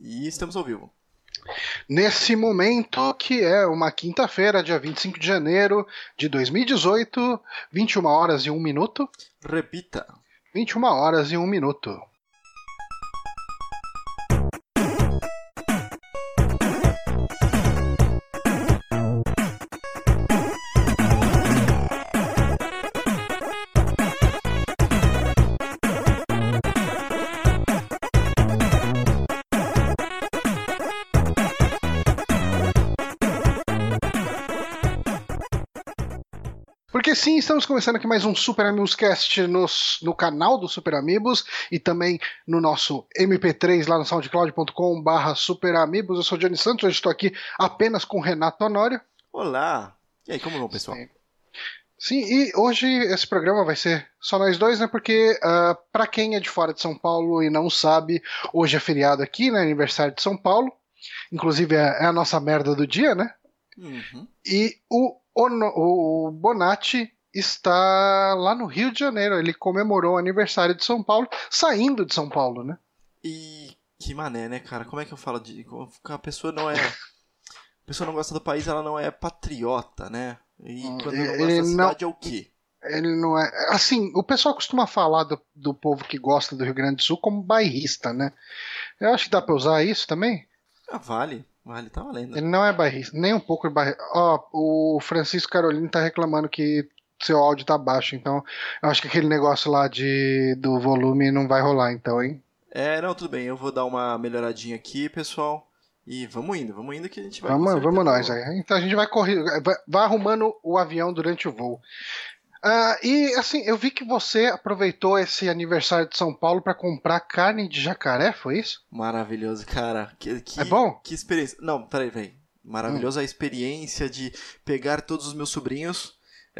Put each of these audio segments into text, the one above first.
E estamos ao vivo. Nesse momento, que é uma quinta-feira, dia 25 de janeiro de 2018, 21 horas e 1 minuto. Repita. 21 horas e 1 minuto. Porque sim, estamos começando aqui mais um Super Amigos Cast no canal do Super Amigos e também no nosso MP3 lá no soundcloud.com/Super Amigos. Eu sou o Johnny Santos, hoje estou aqui apenas com o Renato Honório. Olá! E aí, como vão, pessoal? Sim, e hoje esse programa vai ser só nós dois, né? Porque para quem é de fora de São Paulo e não sabe, hoje é feriado aqui, né? Aniversário de São Paulo. Inclusive é a nossa merda do dia, né? Uhum. E o Bonatti está lá no Rio de Janeiro. Ele comemorou o aniversário de São Paulo, saindo de São Paulo, né? E que mané, né, cara? Como é que eu falo de... A pessoa não é... A pessoa não gosta do país, ela não é patriota, né? E quando não gosta da cidade é o quê? Ele não é... Assim, o pessoal costuma falar do povo que gosta do Rio Grande do Sul como bairrista, né? Eu acho que dá pra usar isso também. Ah, vale, tá valendo. Ele não é bairrista, nem um pouco bairrista. Ó, o Francisco Carolino tá reclamando que seu áudio tá baixo, então eu acho que aquele negócio lá do volume não vai rolar, então, hein? Não, tudo bem, eu vou dar uma melhoradinha aqui, pessoal. E vamos indo que a gente vai Vamos nós aí. Então a gente vai correr, vai arrumando o avião durante o voo. E assim, eu vi que você aproveitou esse aniversário de São Paulo para comprar carne de jacaré, foi isso? Maravilhoso, cara. É bom? Que experiência. Não, peraí, velho. Maravilhosa a experiência de pegar todos os meus sobrinhos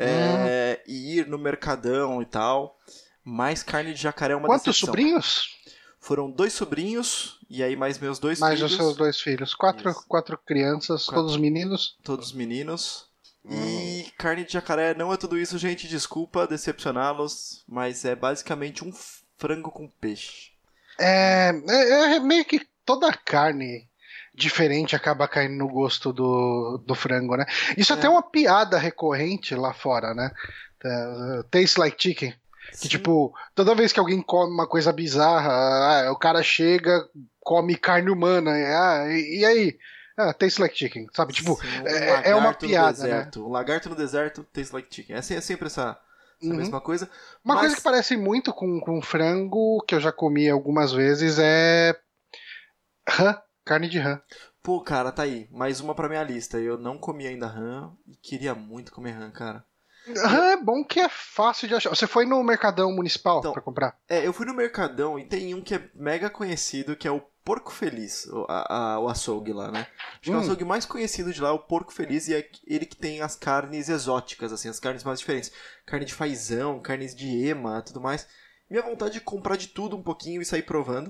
e ir no Mercadão e tal. Mas carne de jacaré é uma Quantos decepção. sobrinhos? Foram 2 sobrinhos e aí mais meus 2 mais filhos. Mais os seus 2 filhos. Quatro crianças, todos meninos? Todos meninos. E carne de jacaré não é tudo isso, gente. Desculpa decepcioná-los, mas é basicamente um frango com peixe. É meio que toda carne diferente acaba caindo no gosto do frango, né? Isso é até uma piada recorrente lá fora, né? Taste like chicken. Que, tipo, toda vez que alguém come uma coisa bizarra, o cara chega, come carne humana, e aí? Taste like chicken, sabe? Tipo, é uma piada, né? Um lagarto no deserto, taste like chicken. É sempre essa mesma coisa. Uma coisa que parece muito com frango, que eu já comi algumas vezes, é rã, carne de rã. Pô, cara, tá aí. Mais uma pra minha lista. Eu não comi ainda rã e queria muito comer rã, cara. Rã é bom que é fácil de achar. Você foi no Mercadão Municipal pra comprar? Eu fui no Mercadão e tem um que é mega conhecido, que é o Porco Feliz, o açougue lá, né? Acho que é o açougue mais conhecido de lá, o Porco Feliz, e é ele que tem as carnes exóticas, assim, as carnes mais diferentes. Carne de fazão, carnes de ema, tudo mais. Minha vontade de comprar de tudo um pouquinho e sair provando.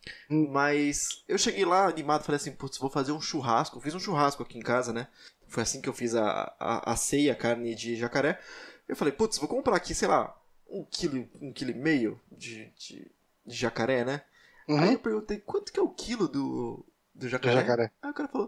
Mas eu cheguei lá animado, falei assim, putz, vou fazer um churrasco. Fiz um churrasco aqui em casa, né? Foi assim que eu fiz a ceia, a carne de jacaré. Eu falei, putz, vou comprar aqui, sei lá, 1,5 kg de jacaré, né? Aí eu perguntei, quanto que é o quilo do jacaré? Aí o cara falou,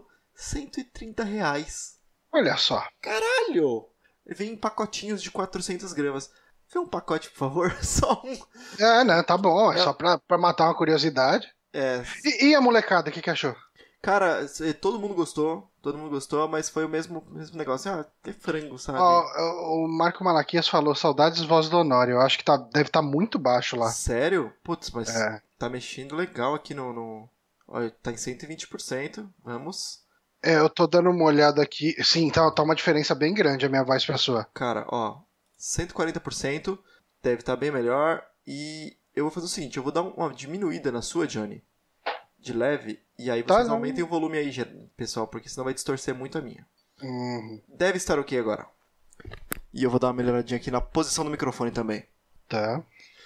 R$130. Olha só. Caralho! Vem em pacotinhos de 400 gramas. Vê um pacote, por favor? Só um. Não, tá bom. É só pra matar uma curiosidade. E a molecada, o que achou? Cara, todo mundo gostou, mas foi o mesmo negócio. É frango, sabe? O Marco Malaquias falou, saudades voz do Honório. Eu acho que deve estar muito baixo lá. Sério? Putz, mas tá mexendo legal aqui no... Olha, tá em 120%, vamos... Eu tô dando uma olhada aqui. Sim, tá uma diferença bem grande a minha voz pra sua. Cara, 140%, deve estar bem melhor. E eu vou fazer o seguinte, eu vou dar uma diminuída na sua, Johnny, de leve, e aí vocês aumentem o volume aí, pessoal, porque senão vai distorcer muito a minha. Deve estar ok agora. E eu vou dar uma melhoradinha aqui na posição do microfone também. Tá.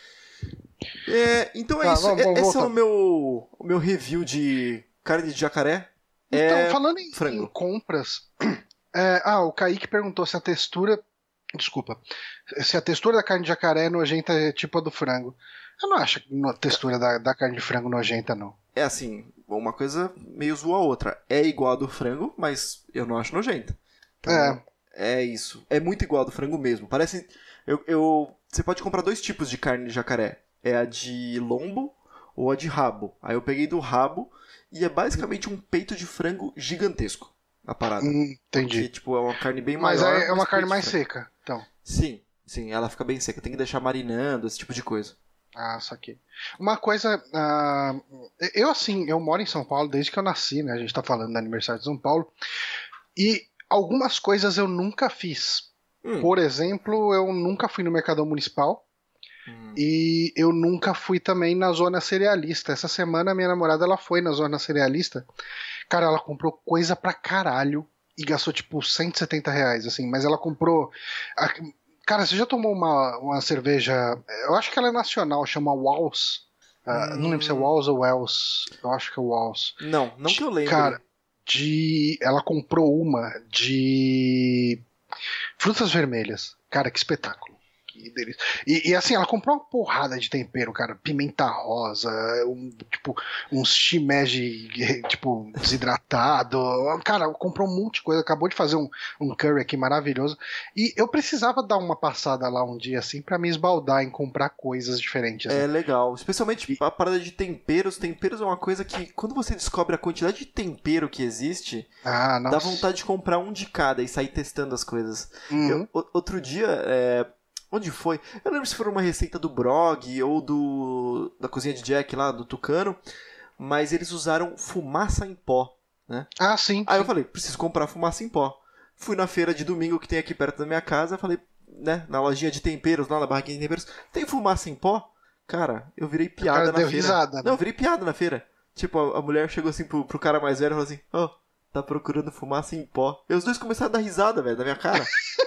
Então é isso. Esse é o meu review de carne de jacaré. Então, falando frango. Em compras, o Kaique perguntou se a textura... Desculpa. Se a textura da carne de jacaré é nojenta, tipo a do frango. Eu não acho a textura da carne de frango nojenta, não. É assim, uma coisa meio zoa a outra. É igual a do frango, mas eu não acho nojenta. Então, é isso. É muito igual a do frango mesmo. Parece... Você pode comprar 2 tipos de carne de jacaré. É a de lombo ou a de rabo. Aí eu peguei do rabo e é basicamente um peito de frango gigantesco. A parada. Entendi. Porque, tipo, é uma carne bem mas maior. Mas é uma carne mais seca, então. Sim, ela fica bem seca. Tem que deixar marinando, esse tipo de coisa. Ah, saquei. Uma coisa. Eu moro em São Paulo desde que eu nasci, né? A gente tá falando do aniversário de São Paulo. E algumas coisas eu nunca fiz. Por exemplo, eu nunca fui no Mercadão Municipal. E eu nunca fui também na Zona Cerealista. Essa semana minha namorada ela foi na Zona Cerealista. Cara, ela comprou coisa pra caralho e gastou tipo R$170, assim. Mas ela comprou... Cara, você já tomou uma cerveja... Eu acho que ela é nacional, chama Walls. Não lembro se é Walls ou Wells. Eu acho que é Walls. Não que eu lembre. Cara, ela comprou uma de frutas vermelhas. Cara, que espetáculo. Que delícia. E assim, ela comprou uma porrada de tempero, cara. Pimenta rosa, uns shimeji, tipo, desidratado. Cara, comprou um monte de coisa. Acabou de fazer um curry aqui maravilhoso. E eu precisava dar uma passada lá um dia, assim, pra me esbaldar em comprar coisas diferentes. É legal. Especialmente a parada de temperos. Temperos é uma coisa que, quando você descobre a quantidade de tempero que existe, dá vontade de comprar um de cada e sair testando as coisas. Outro dia... Onde foi? Eu lembro se foi uma receita do Brog ou da cozinha de Jack lá, do Tucano, mas eles usaram fumaça em pó, né? Ah, sim. Aí eu falei, preciso comprar fumaça em pó. Fui na feira de domingo que tem aqui perto da minha casa, falei, né, na lojinha de temperos, lá na barraquinha de temperos, tem fumaça em pó? Cara, eu virei piada na feira. Risada, né? Não, eu virei piada na feira. Tipo, a mulher chegou assim pro cara mais velho e falou assim, tá procurando fumaça em pó. E os dois começaram a dar risada, velho, da minha cara.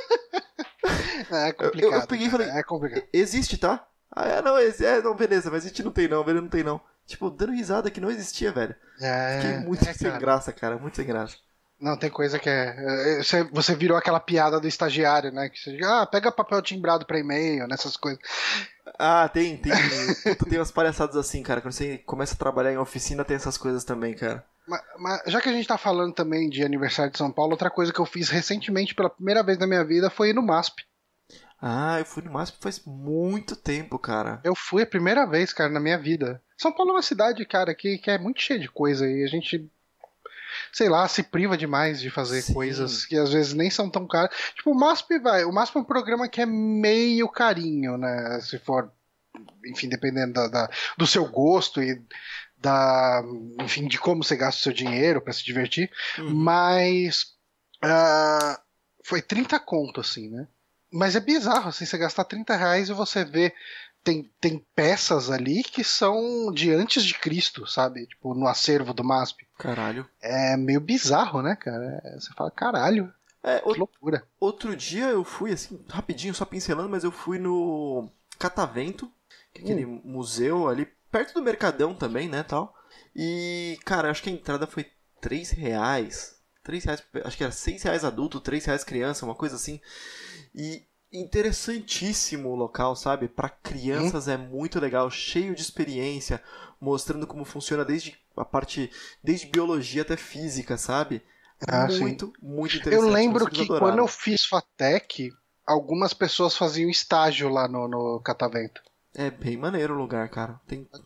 É complicado. Eu peguei e falei, é complicado. Existe, tá? Não, beleza, mas a gente não tem não. Tipo, dando risada que não existia, velho. Fiquei muito sem graça, cara, muito sem graça. Não, tem coisa que você virou aquela piada do estagiário, né? Que você pega papel timbrado pra e-mail, nessas coisas. Tem. Puta, tem umas palhaçadas assim, cara. Quando você começa a trabalhar em oficina, tem essas coisas também, cara. Mas já que a gente tá falando também de aniversário de São Paulo, outra coisa que eu fiz recentemente pela primeira vez na minha vida foi ir no MASP. Eu fui no MASP faz muito tempo, cara. Eu fui a primeira vez, cara, na minha vida. São Paulo é uma cidade, cara, que é muito cheia de coisa e a gente, sei lá, se priva demais de fazer coisas que às vezes nem são tão caras. Tipo, o MASP é um programa que é meio carinho, né? Se for, enfim, dependendo do seu gosto e enfim, de como você gasta o seu dinheiro pra se divertir. Mas foi 30 conto, assim, né? Mas é bizarro, assim, você gastar R$30 e você vê tem peças ali que são de antes de Cristo, sabe? Tipo, no acervo do MASP. Caralho. É meio bizarro, né, cara? Você fala, caralho, que loucura. Outro dia eu fui, assim, rapidinho, só pincelando, mas eu fui no Catavento, que é aquele museu ali, perto do Mercadão também, né, tal. E, cara, acho que a entrada foi R$3. R$3, acho que era R$6 adulto, R$3 criança, uma coisa assim. E interessantíssimo o local, sabe? Para crianças é muito legal, cheio de experiência, mostrando como funciona desde biologia até física, sabe? Muito interessante. Eu lembro que quando eu fiz FATEC, algumas pessoas faziam estágio lá no Catavento. É bem maneiro o lugar, cara.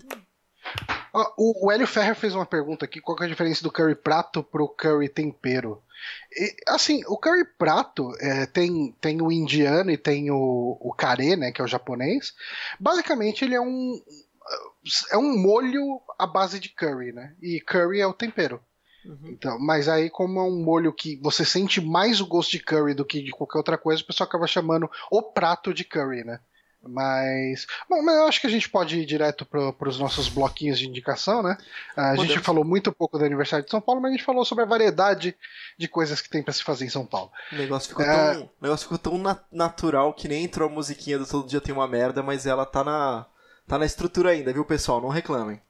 O Hélio Ferrer fez uma pergunta aqui, qual que é a diferença do curry prato pro curry tempero? E, assim, o curry prato tem o indiano e tem o carê, né, que é o japonês. Basicamente ele é um molho à base de curry, né? E curry é o tempero. Então, mas aí como é um molho que você sente mais o gosto de curry do que de qualquer outra coisa, o pessoal acaba chamando o prato de curry, né? Mas eu acho que a gente pode ir direto para os nossos bloquinhos de indicação, né? A gente falou muito pouco do aniversário de São Paulo, mas a gente falou sobre a variedade de coisas que tem para se fazer em São Paulo. O negócio ficou tão natural que nem entrou a musiquinha do Todo Dia Tem Uma Merda, mas ela tá na estrutura ainda, viu, pessoal? Não reclamem.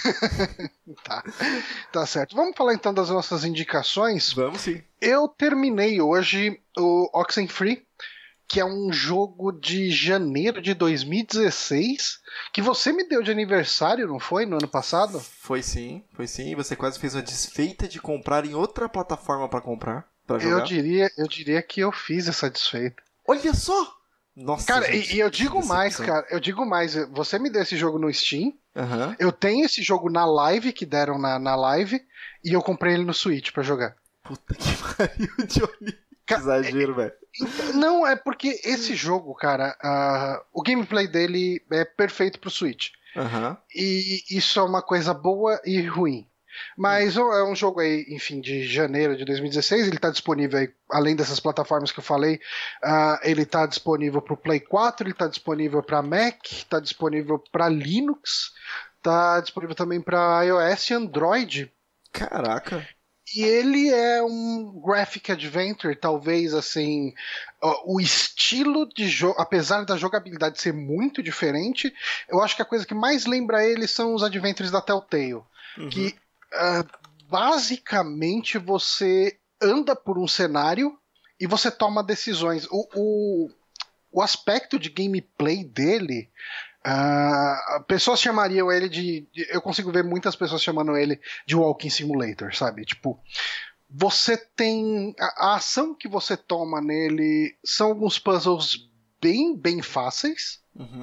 Tá certo. Vamos falar então das nossas indicações? Vamos sim. Eu terminei hoje o Oxenfree. que é um jogo de janeiro de 2016, que você me deu de aniversário, não foi? No ano passado? Foi sim. E você quase fez uma desfeita de comprar em outra plataforma pra comprar, pra jogar. Eu diria que eu fiz essa desfeita. Olha só! Nossa, cara, gente, e eu digo mais, decepção. cara. Eu digo mais. Você me deu esse jogo no Steam. Aham. Eu tenho esse jogo na live, que deram na live, e eu comprei ele no Switch pra jogar. Puta que pariu, Johnny. Que exagero, velho. Não, é porque esse jogo, cara, o gameplay dele é perfeito pro Switch. Aham. E isso é uma coisa boa e ruim. Mas é um jogo aí, enfim, de janeiro de 2016. Ele está disponível aí, além dessas plataformas que eu falei, ele está disponível para o Play 4, ele está disponível para Mac, está disponível para Linux, está disponível também para iOS e Android. Caraca. E ele é um graphic adventure, talvez assim, o estilo de jogo, apesar da jogabilidade ser muito diferente, eu acho que a coisa que mais lembra ele são os adventures da Telltale, que basicamente você anda por um cenário e você toma decisões. O aspecto de gameplay dele, pessoas chamariam ele eu consigo ver muitas pessoas chamando ele de Walking Simulator, sabe? Tipo, você tem a ação que você toma nele são alguns puzzles bem fáceis.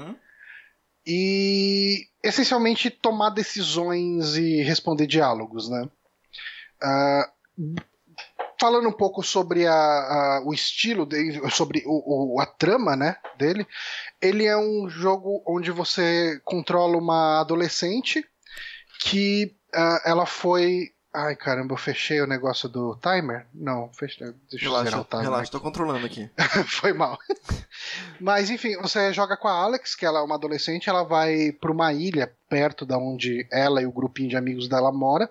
E essencialmente tomar decisões e responder diálogos, né? Falando um pouco sobre o estilo dele, sobre a trama, né, dele, ele é um jogo onde você controla uma adolescente que ela foi... Ai, caramba, eu fechei o negócio do timer? Não, fechei. Deixa eu zerar o timer. Relaxa, tô controlando aqui. Foi mal. Mas, enfim, você joga com a Alex, que ela é uma adolescente, ela vai pra uma ilha perto da onde ela e o grupinho de amigos dela mora.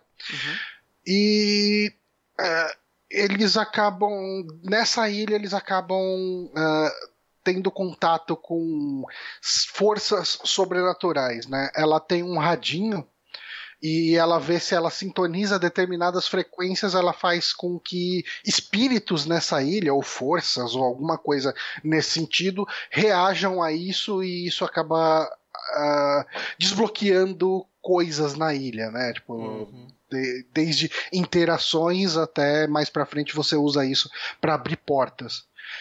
E eles acabam... Nessa ilha, eles acabam tendo contato com forças sobrenaturais, né? Ela tem um radinho e ela vê se ela sintoniza determinadas frequências, ela faz com que espíritos nessa ilha, ou forças, ou alguma coisa nesse sentido, reajam a isso, e isso acaba desbloqueando coisas na ilha, né? Tipo, desde interações até mais pra frente você usa isso pra abrir portas.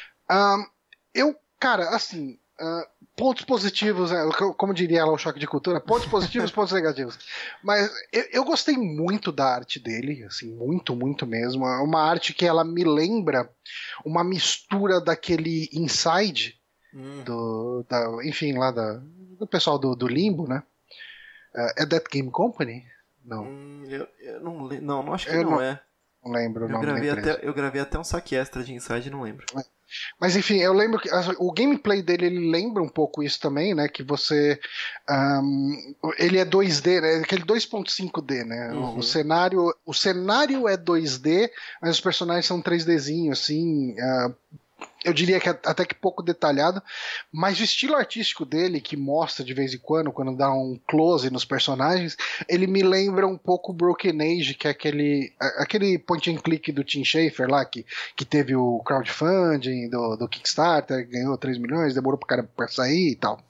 Cara, assim... pontos positivos, como diria ela, o choque de cultura, pontos positivos, pontos negativos. Mas eu gostei muito da arte dele, assim, muito mesmo. É uma arte que ela me lembra uma mistura daquele Inside, enfim, lá do pessoal do Limbo, né? É That Game Company? Não. Eu não acho que não é. Não lembro o nome da empresa. Eu gravei até um saque extra de Inside e não lembro. Mas enfim, eu lembro que o gameplay dele ele lembra um pouco isso também, né? Que você. Ele é 2D, né? Aquele 2.5D, né? O cenário é 2D, mas os personagens são 3Dzinho, assim. Eu diria que até que pouco detalhado, mas o estilo artístico dele, que mostra de vez em quando dá um close nos personagens, ele me lembra um pouco Broken Age, que é aquele point and click do Tim Schafer lá, que teve o crowdfunding do Kickstarter, ganhou 3 milhões, demorou pro cara pra sair e tal.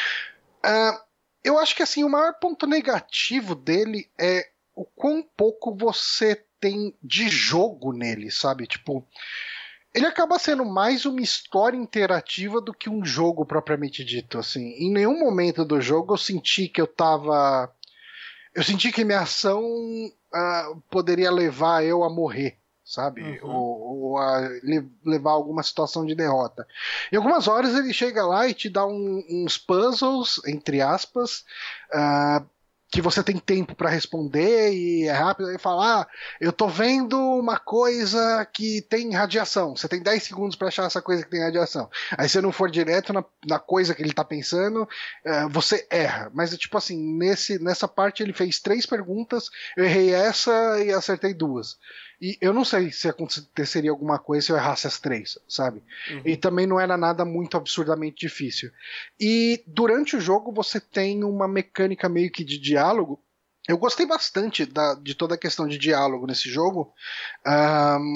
Eu acho que assim, o maior ponto negativo dele é o quão pouco você tem de jogo nele, sabe? Tipo... Ele acaba sendo mais uma história interativa do que um jogo propriamente dito, assim. Em nenhum momento do jogo eu senti que eu senti que minha ação poderia levar eu a morrer, sabe? Ou a levar a alguma situação de derrota. Em algumas horas ele chega lá e te dá uns puzzles, entre aspas, que você tem tempo para responder e é rápido, e fala, eu tô vendo uma coisa que tem radiação, você tem 10 segundos para achar essa coisa que tem radiação. Aí se não for direto na coisa que ele tá pensando, você erra. Mas tipo assim, nessa parte ele fez 3 perguntas, eu errei essa e acertei 2. E eu não sei se aconteceria alguma coisa se eu errasse as 3, sabe? E também não era nada muito absurdamente difícil. E durante o jogo você tem uma mecânica meio que de diálogo. Eu gostei bastante de toda a questão de diálogo nesse jogo.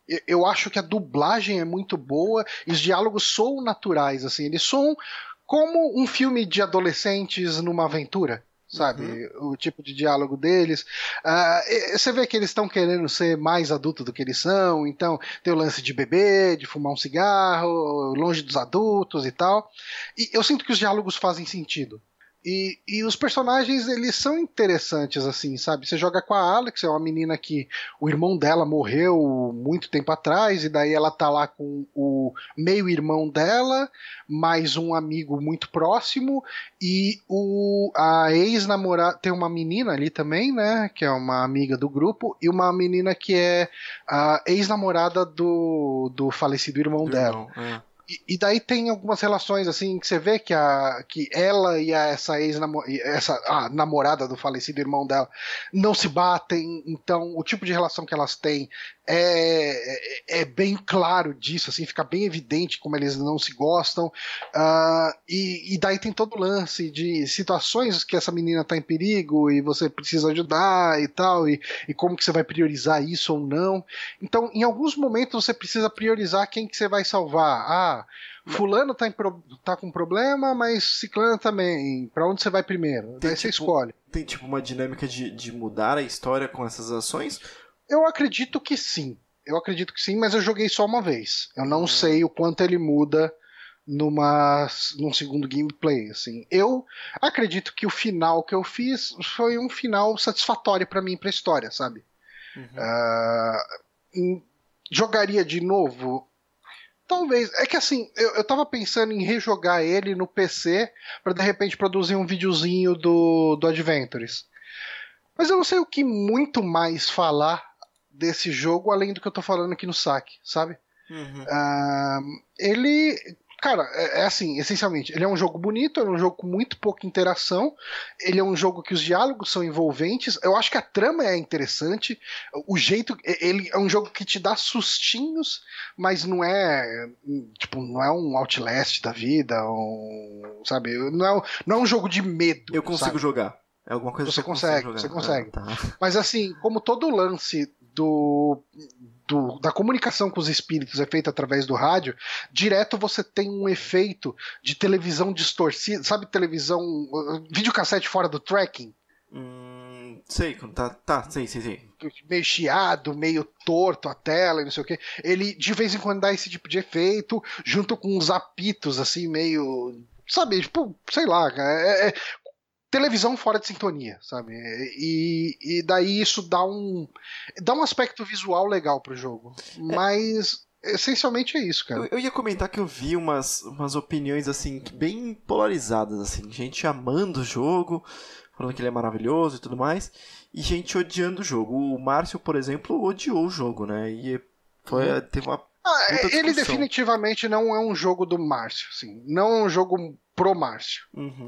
eu acho que a dublagem é muito boa e os diálogos soam naturais, assim, eles soam como um filme de adolescentes numa aventura, sabe? O tipo de diálogo deles. Você vê que eles estão querendo ser mais adultos do que eles são, então tem o lance de beber, de fumar um cigarro, longe dos adultos e tal. E eu sinto que os diálogos fazem sentido. E os personagens, eles são interessantes, assim, sabe? Você joga com a Alex, é uma menina que o irmão dela morreu muito tempo atrás, e daí ela tá lá com o meio-irmão dela, mais um amigo muito próximo, e a ex-namorada... Tem uma menina ali também, né? Que é uma amiga do grupo, e uma menina que é a ex-namorada do falecido irmão dela. E daí tem algumas relações assim que você vê que ela e essa namorada do falecido irmão dela não se batem, então o tipo de relação que elas têm é bem claro disso, assim, fica bem evidente como eles não se gostam, e daí tem todo o lance de situações que essa menina tá em perigo e você precisa ajudar e tal, e como que você vai priorizar isso ou não. Então, em alguns momentos você precisa priorizar quem que você vai salvar. Fulano tá com problema, mas Ciclano também. Pra onde você vai primeiro? Daí você escolhe. Tem tipo uma dinâmica de mudar a história com essas ações? Eu acredito que sim. Mas eu joguei só uma vez. Eu não sei o quanto ele muda num segundo gameplay, assim. Eu acredito que o final que eu fiz foi um final satisfatório pra mim, pra história, sabe? Jogaria de novo? Talvez. É que assim, eu tava pensando em rejogar ele no PC pra de repente produzir um videozinho do Adventures. Mas eu não sei o que muito mais falar desse jogo além do que eu tô falando aqui no saque, sabe? Ele... Cara, é assim, essencialmente, ele é um jogo bonito, é um jogo com muito pouca interação, ele é um jogo que os diálogos são envolventes, eu acho que a trama é interessante, o jeito... Ele é um jogo que te dá sustinhos, mas não é um Outlast da vida, sabe? Não é um jogo de medo. Eu consigo jogar. É alguma coisa você que consegue. Tá. Mas assim, como todo o lance da comunicação com os espíritos é feita através do rádio, direto você tem um efeito de televisão distorcida, sabe, televisão, videocassete fora do tracking? Sei, sei. Meio chiado, meio torto a tela e não sei o que. Ele de vez em quando dá esse tipo de efeito, junto com uns apitos assim, meio, sabe, tipo, sei lá, televisão fora de sintonia, sabe? E daí isso dá um aspecto visual legal pro jogo. Mas essencialmente é isso, cara. Eu ia comentar que eu vi umas opiniões assim bem polarizadas, assim, gente amando o jogo, falando que ele é maravilhoso e tudo mais, e gente odiando o jogo. O Márcio, por exemplo, odiou o jogo, né? E teve uma ele definitivamente não é um jogo do Márcio, assim. Não é um jogo pro Márcio.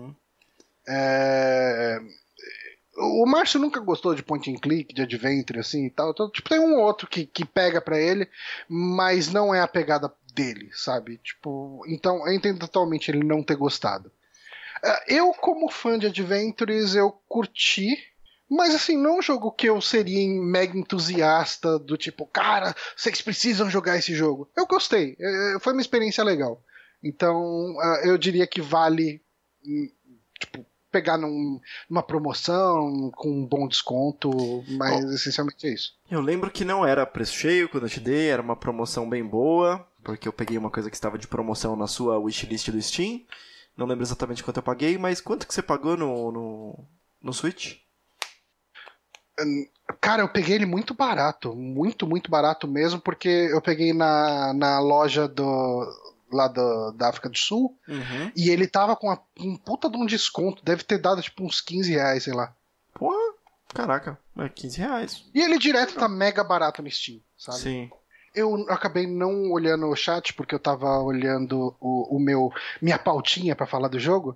O Márcio nunca gostou de point and click, de adventure, assim e tal. Então, tipo, tem um ou outro que pega pra ele, mas não é a pegada dele, sabe? Tipo, então eu entendo totalmente ele não ter gostado. Eu, como fã de adventures, eu curti, mas assim, não é um jogo que eu seria mega entusiasta do tipo, cara, vocês precisam jogar esse jogo. Eu gostei, foi uma experiência legal. Então, eu diria que vale, tipo, pegar numa promoção com um bom desconto, mas essencialmente é isso. Eu lembro que não era preço cheio quando eu te dei, era uma promoção bem boa, porque eu peguei uma coisa que estava de promoção na sua wishlist do Steam. Não lembro exatamente quanto eu paguei, mas quanto que você pagou no Switch? Cara, eu peguei ele muito barato, muito, muito barato mesmo, porque eu peguei na loja lá da África do Sul, e ele tava com um puta de um desconto, deve ter dado tipo uns R$15, sei lá. Porra, caraca, é R$15. E ele direto tá mega barato no Steam, sabe? Sim. Eu acabei não olhando o chat, porque eu tava olhando minha pautinha pra falar do jogo.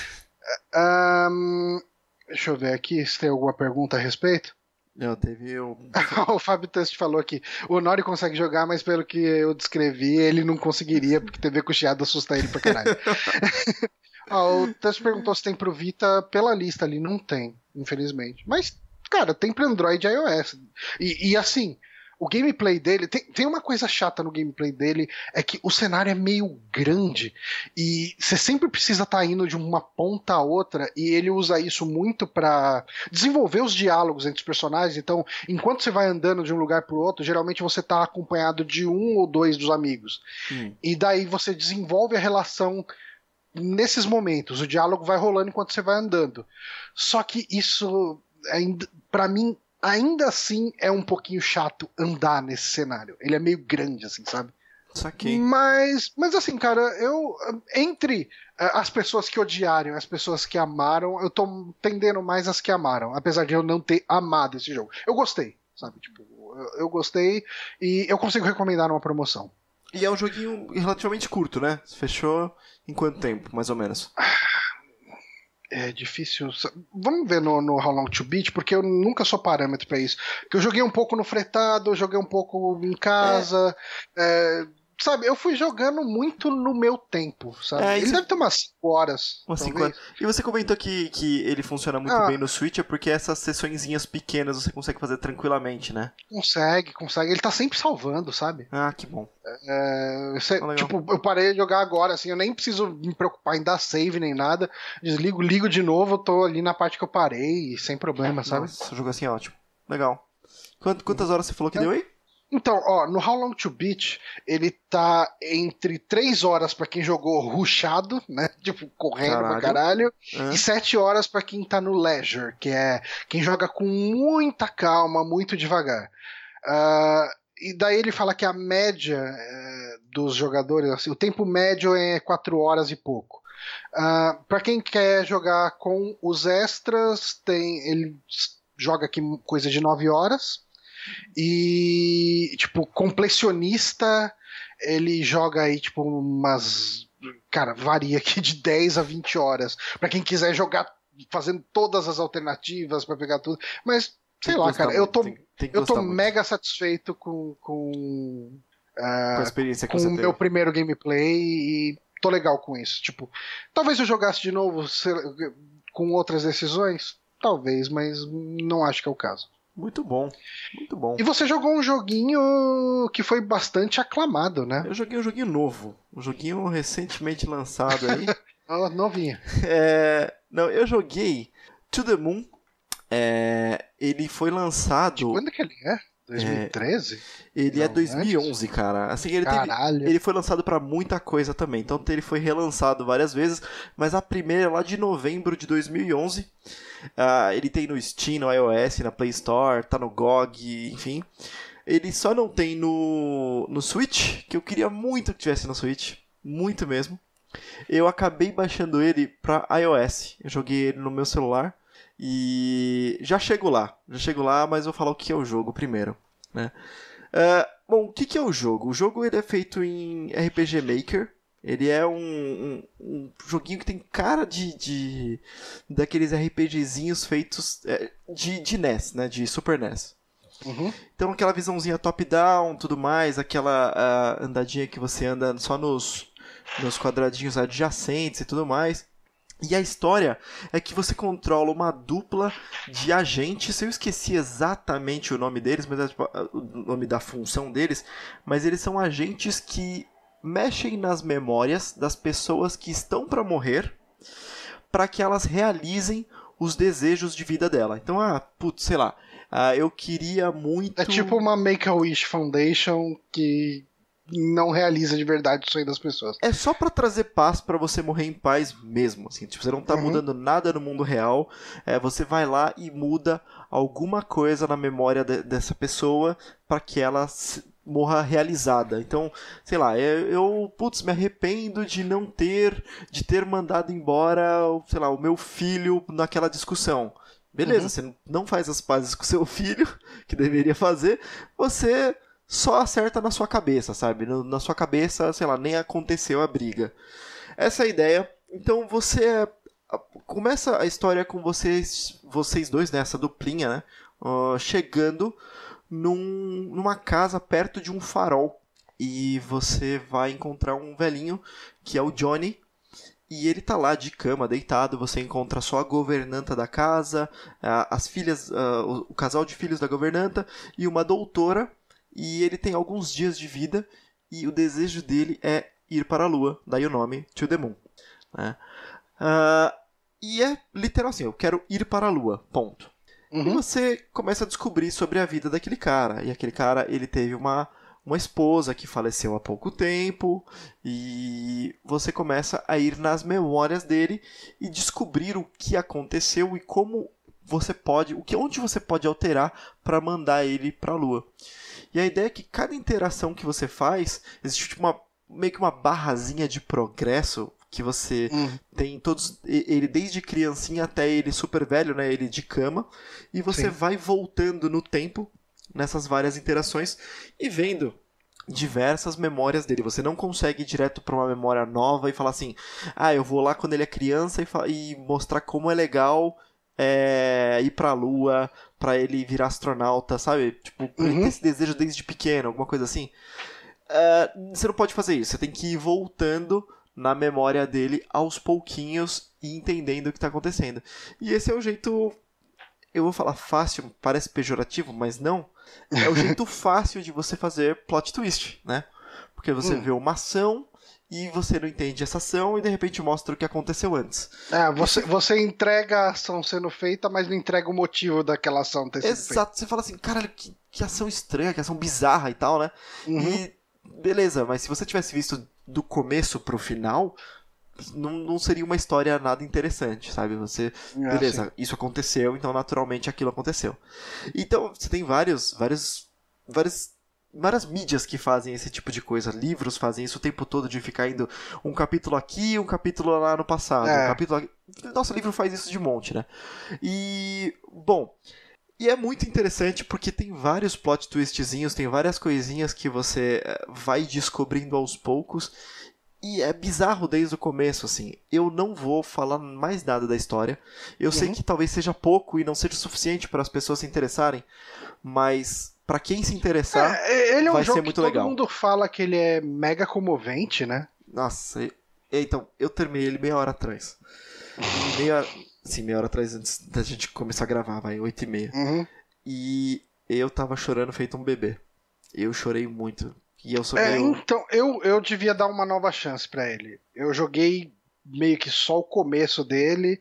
Deixa eu ver aqui se tem alguma pergunta a respeito. Não, teve O Fábio Test falou aqui, o Nori consegue jogar, mas pelo que eu descrevi, ele não conseguiria, porque TV com chiado assusta ele pra caralho. O Test perguntou se tem pro Vita, pela lista ali, não tem, infelizmente. Mas, cara, tem pra Android e iOS. E assim, O gameplay dele, tem uma coisa chata no gameplay dele, é que o cenário é meio grande e você sempre precisa estar indo de uma ponta a outra, e ele usa isso muito pra desenvolver os diálogos entre os personagens. Então, enquanto você vai andando de um lugar pro outro, geralmente você tá acompanhado de um ou dois dos amigos. E daí você desenvolve a relação nesses momentos, o diálogo vai rolando enquanto você vai andando. Só que isso, pra mim, ainda assim é um pouquinho chato andar nesse cenário. Ele é meio grande, assim, sabe? Saquei. Mas assim, cara, entre as pessoas que odiaram e as pessoas que amaram, eu tô tendendo mais as que amaram, apesar de eu não ter amado esse jogo. Eu gostei, sabe? Tipo, eu gostei e eu consigo recomendar numa promoção. E é um joguinho relativamente curto, né? Fechou em quanto tempo, mais ou menos? É difícil. Vamos ver no How Long to Beat, porque eu nunca sou parâmetro pra isso. Porque eu joguei um pouco no fretado, eu joguei um pouco em casa. Sabe, eu fui jogando muito no meu tempo, sabe? Ele deve ter umas 5 horas. Umas 5 horas. E você comentou que ele funciona muito bem no Switch, é porque essas sessõezinhas pequenas você consegue fazer tranquilamente, né? Consegue. Ele tá sempre salvando, sabe? Ah, que bom. Tipo, eu parei de jogar agora, assim, eu nem preciso me preocupar em dar save nem nada. Desligo, ligo de novo, eu tô ali na parte que eu parei, sem problema, sabe? Nossa, o jogo assim é ótimo. Legal. Quantas horas você falou que deu aí? Então, no How Long to Beat, ele tá entre 3 horas pra quem jogou rushado, né? Tipo, correndo pra caralho. E 7 horas pra quem tá no leisure, que é quem joga com muita calma, muito devagar. E daí ele fala que a média dos jogadores, assim, o tempo médio é 4 horas e pouco. Pra quem quer jogar com os extras, ele joga aqui coisa de 9 horas. E, tipo, completionista, ele joga aí, tipo, cara, varia aqui de 10 a 20 horas. Pra quem quiser jogar fazendo todas as alternativas pra pegar tudo. Mas, sei lá, cara, eu tô mega satisfeito com a experiência que com você o meu primeiro gameplay e tô legal com isso. Tipo, talvez eu jogasse de novo com outras decisões, talvez, mas não acho que é o caso. Muito bom, muito bom. E você jogou um joguinho que foi bastante aclamado, né? Eu joguei um joguinho novo, um joguinho recentemente lançado aí. Novinho. Não, eu joguei To The Moon. Ele foi lançado... De quando que ele é? 2013? Ele é 2011, antes? Cara. Assim, ele foi lançado pra muita coisa também. Então ele foi relançado várias vezes. Mas a primeira é lá de novembro de 2011. Ele tem no Steam, no iOS, na Play Store, tá no GOG, enfim. Ele só não tem no Switch, que eu queria muito que tivesse no Switch. Muito mesmo. Eu acabei baixando ele pra iOS. Eu joguei ele no meu celular. E já chego lá, mas vou falar o que é o jogo primeiro, né? Bom, o que é o jogo? O jogo ele é feito em RPG Maker. Ele é um joguinho que tem cara de daqueles RPGzinhos feitos de NES, né? De Super NES. Uhum. Então aquela visãozinha top-down, tudo mais, aquela andadinha que você anda só nos quadradinhos adjacentes e tudo mais. E a história é que você controla uma dupla de agentes. Eu esqueci exatamente o nome deles, mas o nome da função deles. Mas eles são agentes que mexem nas memórias das pessoas que estão para morrer, para que elas realizem os desejos de vida dela. Então, sei lá, eu queria muito... É tipo uma Make-A-Wish Foundation que não realiza de verdade o sonho das pessoas. É só pra trazer paz pra você morrer em paz mesmo, assim. Tipo, você não tá mudando nada no mundo real. Você vai lá e muda alguma coisa na memória dessa pessoa pra que ela morra realizada. Então, sei lá, eu me arrependo de ter mandado embora, sei lá, o meu filho naquela discussão. Beleza, você não faz as pazes com seu filho, que deveria fazer, você só acerta na sua cabeça, sabe? Na sua cabeça, sei lá, nem aconteceu a briga. Essa é a ideia. Então começa a história com vocês dois, né? Essa duplinha, né? Chegando numa casa perto de um farol. E você vai encontrar um velhinho, que é o Johnny. E ele tá lá de cama, deitado. Você encontra só a governanta da casa, as filhas, o casal de filhos da governanta e uma doutora. e ele tem alguns dias de vida, e o desejo dele é ir para a Lua, daí o nome To The Moon. Né? E é literal assim, eu quero ir para a Lua, ponto. E você começa a descobrir sobre a vida daquele cara. E aquele cara, ele teve uma esposa que faleceu há pouco tempo. E você começa a ir nas memórias dele e descobrir o que aconteceu e como você pode, onde você pode alterar para mandar ele para a Lua. E a ideia é que cada interação que você faz, existe tipo meio que uma barrazinha de progresso que você tem todos, ele desde criancinha até ele super velho, né, ele de cama, e você vai voltando no tempo nessas várias interações e vendo diversas memórias dele. Você não consegue ir direto para uma memória nova e falar assim, eu vou lá quando ele é criança e mostrar como é legal ir pra Lua, pra ele virar astronauta, sabe? Tipo, pra ele ter esse desejo desde pequeno, alguma coisa assim. Você não pode fazer isso, você tem que ir voltando na memória dele aos pouquinhos e entendendo o que está acontecendo. E esse é o jeito, eu vou falar fácil, parece pejorativo, mas não. É o jeito fácil de você fazer plot twist, né? Porque você vê uma ação e você não entende essa ação e de repente mostra o que aconteceu antes. Você entrega a ação sendo feita, mas não entrega o motivo daquela ação ter sido feita. Exato, você fala assim, caralho, que ação estranha, que ação bizarra e tal, né? E beleza, mas se você tivesse visto do começo pro final, não seria uma história nada interessante, sabe? Você, beleza, isso aconteceu, então naturalmente aquilo aconteceu. Então, você tem várias mídias que fazem esse tipo de coisa. Livros fazem isso o tempo todo, de ficar indo um capítulo aqui, um capítulo lá no passado. Um capítulo aqui. Nossa, o livro faz isso de monte, né? E, bom... E é muito interessante porque tem vários plot twistzinhos, tem várias coisinhas que você vai descobrindo aos poucos. E é bizarro desde o começo, assim. Eu não vou falar mais nada da história. Eu sei que talvez seja pouco e não seja suficiente para as pessoas se interessarem. Mas para quem se interessar, ele é um vai jogo ser muito que legal. Todo mundo fala que ele é mega comovente, né? Nossa, então, eu terminei ele meia hora atrás. Meia hora atrás antes da gente começar a gravar, 8h30. E eu tava chorando feito um bebê. Eu chorei muito. E eu sou meio... Então, eu devia dar uma nova chance pra ele. Eu joguei meio que só o começo dele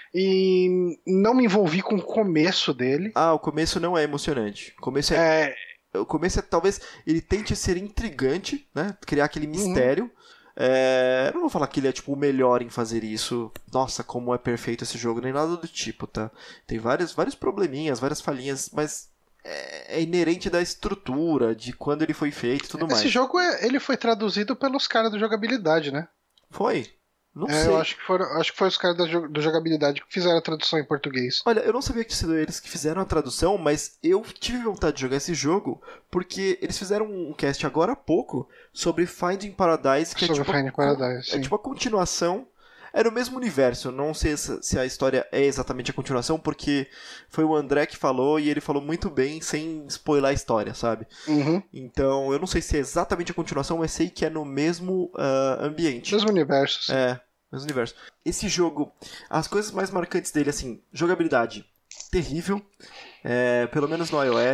e não me envolvi com o começo dele. O começo não é emocionante. O começo talvez ele tente ser intrigante, né? Criar aquele mistério. Eu não vou falar que ele é tipo o melhor em fazer isso. Nossa, como é perfeito esse jogo, nem nada do tipo, tá? Tem vários probleminhas, várias falhinhas, mas é inerente da estrutura, de quando ele foi feito e tudo mais. Esse jogo ele foi traduzido pelos caras do Jogabilidade, né? Foi? Não sei. Eu acho que foi os caras do Jogabilidade que fizeram a tradução em português. Olha, eu não sabia que tinha sido eles que fizeram a tradução, mas eu tive vontade de jogar esse jogo porque eles fizeram um cast agora há pouco sobre Finding Paradise, que é tipo a continuação. É no mesmo universo, não sei se a história é exatamente a continuação, porque foi o André que falou e ele falou muito bem, sem spoiler a história, sabe? Então, eu não sei se é exatamente a continuação, mas sei que é no mesmo ambiente. Mesmo universo. Sim. Mesmo universo. Esse jogo, as coisas mais marcantes dele, assim, jogabilidade terrível, pelo menos no iOS.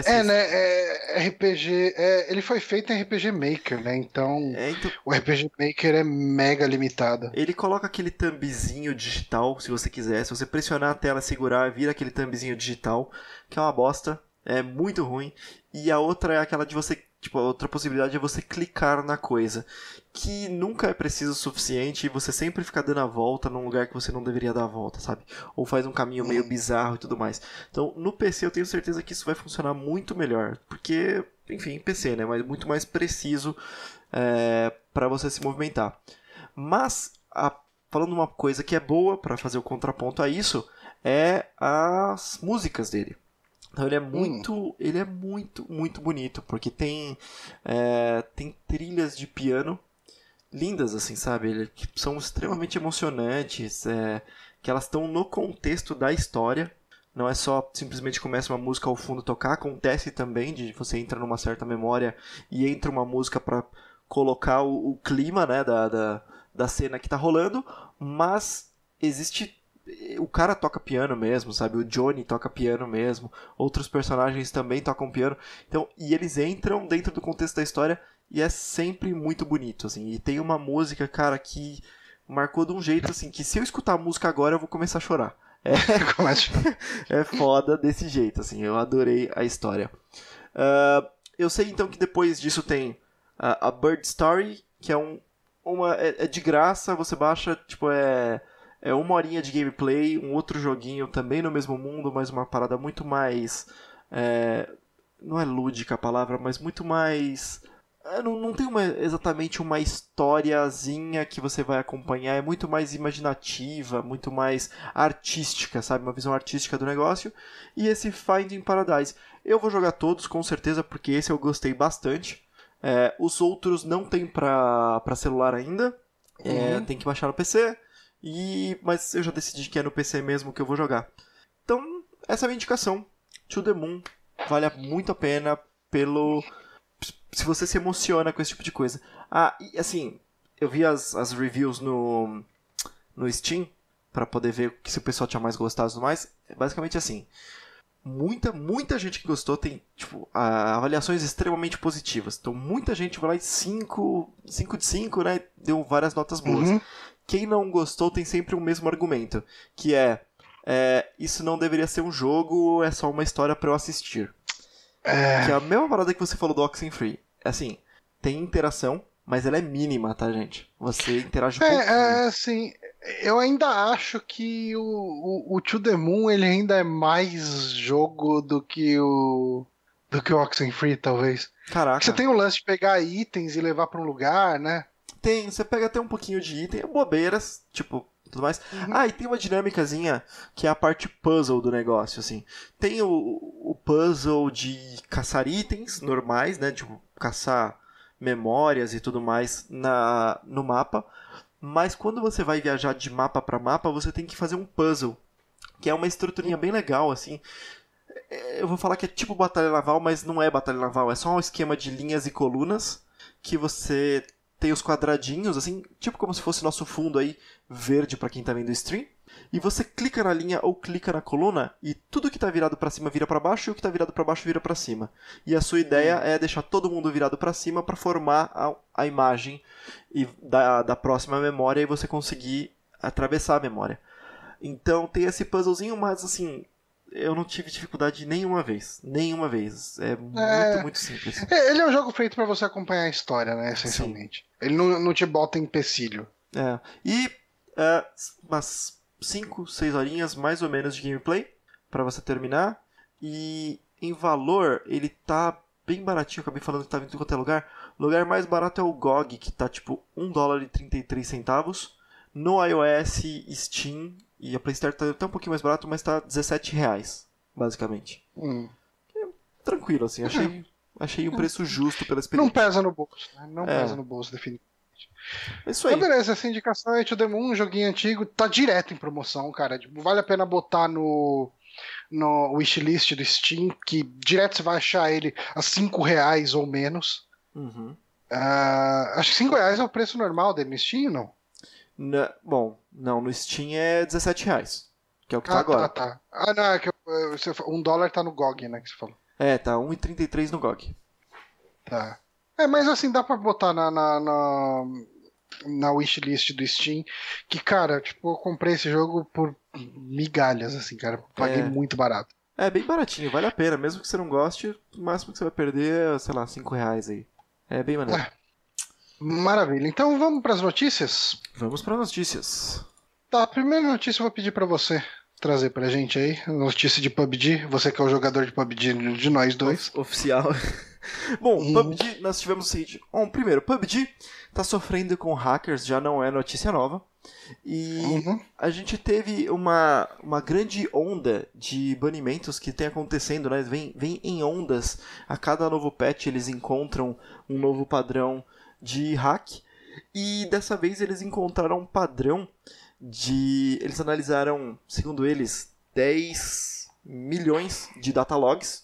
RPG, ele foi feito em RPG Maker, né? Então, o RPG Maker é mega limitado. Ele coloca aquele thumbzinho digital, se você quiser. Se você pressionar a tela, segurar, vira aquele thumbzinho digital, que é uma bosta, é muito ruim. E a outra é aquela de você, tipo, a outra possibilidade é você clicar na coisa, que nunca é preciso o suficiente e você sempre fica dando a volta num lugar que você não deveria dar a volta, sabe? Ou faz um caminho meio bizarro e tudo mais. Então, no PC eu tenho certeza que isso vai funcionar muito melhor, porque, enfim, PC, né? Mas muito mais preciso para você se movimentar. Mas, falando uma coisa que é boa para fazer o contraponto a isso, é as músicas dele. Então ele é muito bonito, porque tem trilhas de piano lindas, assim, sabe? Que são extremamente emocionantes, que elas estão no contexto da história. Não é só simplesmente começa uma música ao fundo tocar, acontece também de você entra numa certa memória e entra uma música para colocar o clima, né, da cena que tá rolando, mas existe o cara toca piano mesmo, sabe? O Johnny toca piano mesmo, outros personagens também tocam piano. Então, e eles entram dentro do contexto da história e é sempre muito bonito, assim. E tem uma música, cara, que marcou de um jeito, assim, que se eu escutar a música agora eu vou começar a chorar. É foda desse jeito, assim. Eu adorei a história. Eu sei, então, que depois disso tem a Bird Story, que é de graça, você baixa, tipo, é 1 horinha de gameplay, um outro joguinho também no mesmo mundo, mas uma parada muito mais... não é lúdica a palavra, mas muito mais... Não tem exatamente uma historiazinha que você vai acompanhar, é muito mais imaginativa, muito mais artística, sabe? Uma visão artística do negócio. E esse Finding Paradise, eu vou jogar todos, com certeza, porque esse eu gostei bastante. Os outros não tem pra celular ainda, tem que baixar no PC, mas eu já decidi que é no PC mesmo que eu vou jogar. Então, essa é a minha indicação. To the Moon, vale muito a pena se você se emociona com esse tipo de coisa. E assim, eu vi as reviews no Steam, pra poder ver se o pessoal tinha mais gostado e tudo mais. É basicamente assim, muita gente que gostou tem, tipo, avaliações extremamente positivas. Então, muita gente vai lá e 5 de 5, né? Deu várias notas boas. Uhum. Quem não gostou tem sempre o mesmo argumento, que isso não deveria ser um jogo, é só uma história pra eu assistir. Que é a mesma parada que você falou do Oxenfree. Assim, tem interação, mas ela é mínima, tá, gente? Você interage pouquinho. Assim, eu ainda acho que o To The Moon, ele ainda é mais jogo do que o Oxenfree, talvez. Caraca. Você tem o lance de pegar itens e levar pra um lugar, né? Tem, você pega até um pouquinho de item, bobeiras, tipo, tudo mais. E tem uma dinâmicazinha que é a parte puzzle do negócio, assim. Tem o puzzle de caçar itens normais, né? Tipo, caçar memórias e tudo mais no mapa. Mas quando você vai viajar de mapa pra mapa, você tem que fazer um puzzle, que é uma estruturinha bem legal, assim. Eu vou falar que é tipo batalha naval, mas não é batalha naval. É só um esquema de linhas e colunas que você... Tem os quadradinhos, assim, tipo como se fosse nosso fundo aí, verde pra quem tá vendo o stream. E você clica na linha ou clica na coluna e tudo que tá virado pra cima vira pra baixo e o que tá virado pra baixo vira pra cima. E a sua ideia é deixar todo mundo virado pra cima pra formar a imagem da próxima memória e você conseguir atravessar a memória. Então tem esse puzzlezinho, mas assim... Eu não tive dificuldade nenhuma vez. Nenhuma vez. É muito simples. Ele é um jogo feito pra você acompanhar a história, né? Essencialmente. Sim. Ele não te bota empecilho. E umas 5, 6 horinhas mais ou menos de gameplay pra você terminar. E em valor, ele tá bem baratinho. Acabei falando que tava em tudo quanto é lugar. O lugar mais barato é o GOG, que tá tipo $1,33. No iOS, Steam... E a PlayStation tá até um pouquinho mais barato, mas tá R$17, basicamente. Tranquilo, assim. Achei um preço justo pela experiência. Não pesa no bolso, né? Não pesa no bolso, definitivamente. É isso aí. Então, beleza, essa indicação é To The Moon, um joguinho antigo. Tá direto em promoção, cara. Tipo, vale a pena botar no wishlist do Steam, que direto você vai achar ele a R$5 ou menos. Acho que R$5 é o preço normal dele no Steam, não? Bom, não, no Steam é R$17, que é o que tá agora. Tá. Não, é que $1 tá no GOG, né, que você falou. Tá $1,33 no GOG. Tá. Mas assim, dá pra botar na wishlist do Steam, que, cara, tipo, eu comprei esse jogo por migalhas, assim, cara. Paguei muito barato. É bem baratinho, vale a pena, mesmo que você não goste, o máximo que você vai perder é, sei lá, R$5 aí. É bem maneiro. Maravilha. Então vamos para as notícias? Vamos para as notícias. Tá, a primeira notícia eu vou pedir para você trazer pra gente aí. Notícia de PUBG. Você que é o jogador de PUBG de nós dois. Oficial. Bom, PUBG, nós tivemos o seguinte. Primeiro, PUBG tá sofrendo com hackers, já não é notícia nova. E a gente teve uma grande onda de banimentos que tem acontecendo, né? Vem em ondas. A cada novo patch eles encontram um novo padrão de hack, e dessa vez eles encontraram um padrão eles analisaram, segundo eles, 10 milhões de datalogs.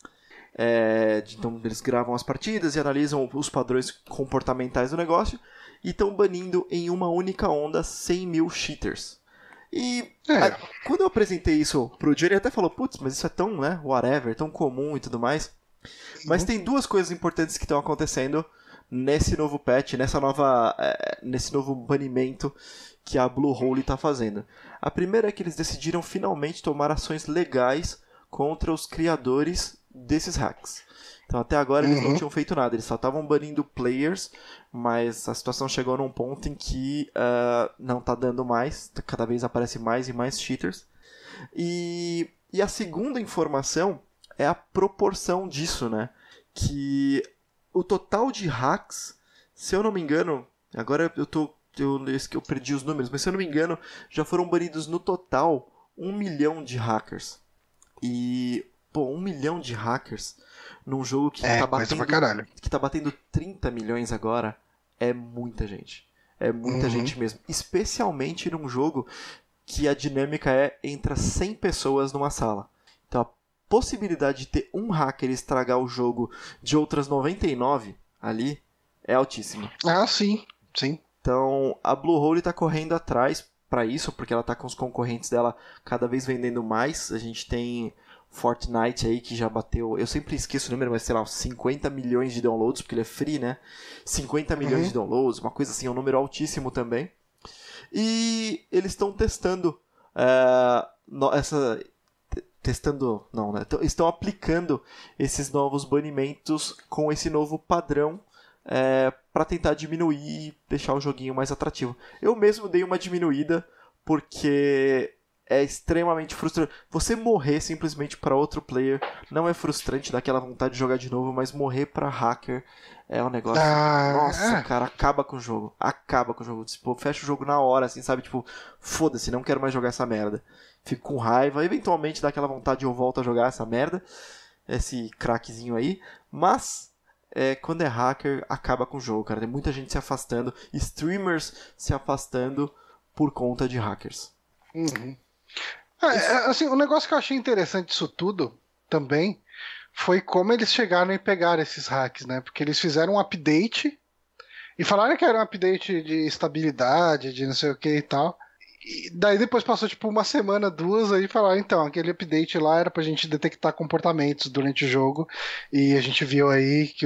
Então eles gravam as partidas e analisam os padrões comportamentais do negócio e estão banindo em uma única onda 100 mil cheaters. E quando eu apresentei isso pro Johnny, ele até falou, putz, mas isso é tão, né, whatever, tão comum e tudo mais. Mas tem duas coisas importantes que estão acontecendo nesse novo patch, nesse novo banimento que a Bluehole está fazendo. A primeira é que eles decidiram finalmente tomar ações legais contra os criadores desses hacks. Então até agora eles não tinham feito nada, eles só estavam banindo players, mas a situação chegou num ponto em que não tá dando mais, cada vez aparece mais e mais cheaters. E a segunda informação é a proporção disso, né? Que o total de hacks, se eu não me engano, agora eu perdi os números, mas se eu não me engano, já foram banidos no total 1 milhão de hackers. E, 1 milhão de hackers num jogo que tá batendo 30 milhões agora, é muita gente. É muita gente mesmo. Especialmente num jogo que a dinâmica é entre 100 pessoas numa sala. Então a possibilidade de ter um hacker estragar o jogo de outras 99 ali é altíssima. Ah, sim. Então a Bluehole tá correndo atrás para isso, porque ela tá com os concorrentes dela cada vez vendendo mais. A gente tem Fortnite aí que já bateu, eu sempre esqueço o número, mas sei lá, 50 milhões de downloads, porque ele é free, né? 50 milhões de downloads, uma coisa assim, é um número altíssimo também. E eles estão testando estão aplicando esses novos banimentos com esse novo padrão para tentar diminuir e deixar o joguinho mais atrativo. Eu mesmo dei uma diminuída porque é extremamente frustrante. Você morrer simplesmente para outro player não é frustrante, dá aquela vontade de jogar de novo, mas morrer para hacker é um negócio... Nossa, cara, acaba com o jogo. Tipo, fecha o jogo na hora, assim, sabe? Tipo, foda-se, não quero mais jogar essa merda. Fico com raiva, eventualmente dá aquela vontade de eu volto a jogar essa merda, esse crackzinho aí, mas... quando é hacker, acaba com o jogo, cara. Tem muita gente se afastando, streamers se afastando por conta de hackers. Assim, o negócio que eu achei interessante disso tudo também foi como eles chegaram e pegaram esses hacks, né? Porque eles fizeram um update e falaram que era um update de estabilidade, de não sei o que e tal. E daí depois passou tipo uma semana, duas, aí falaram, então, aquele update lá era pra gente detectar comportamentos durante o jogo, e a gente viu aí que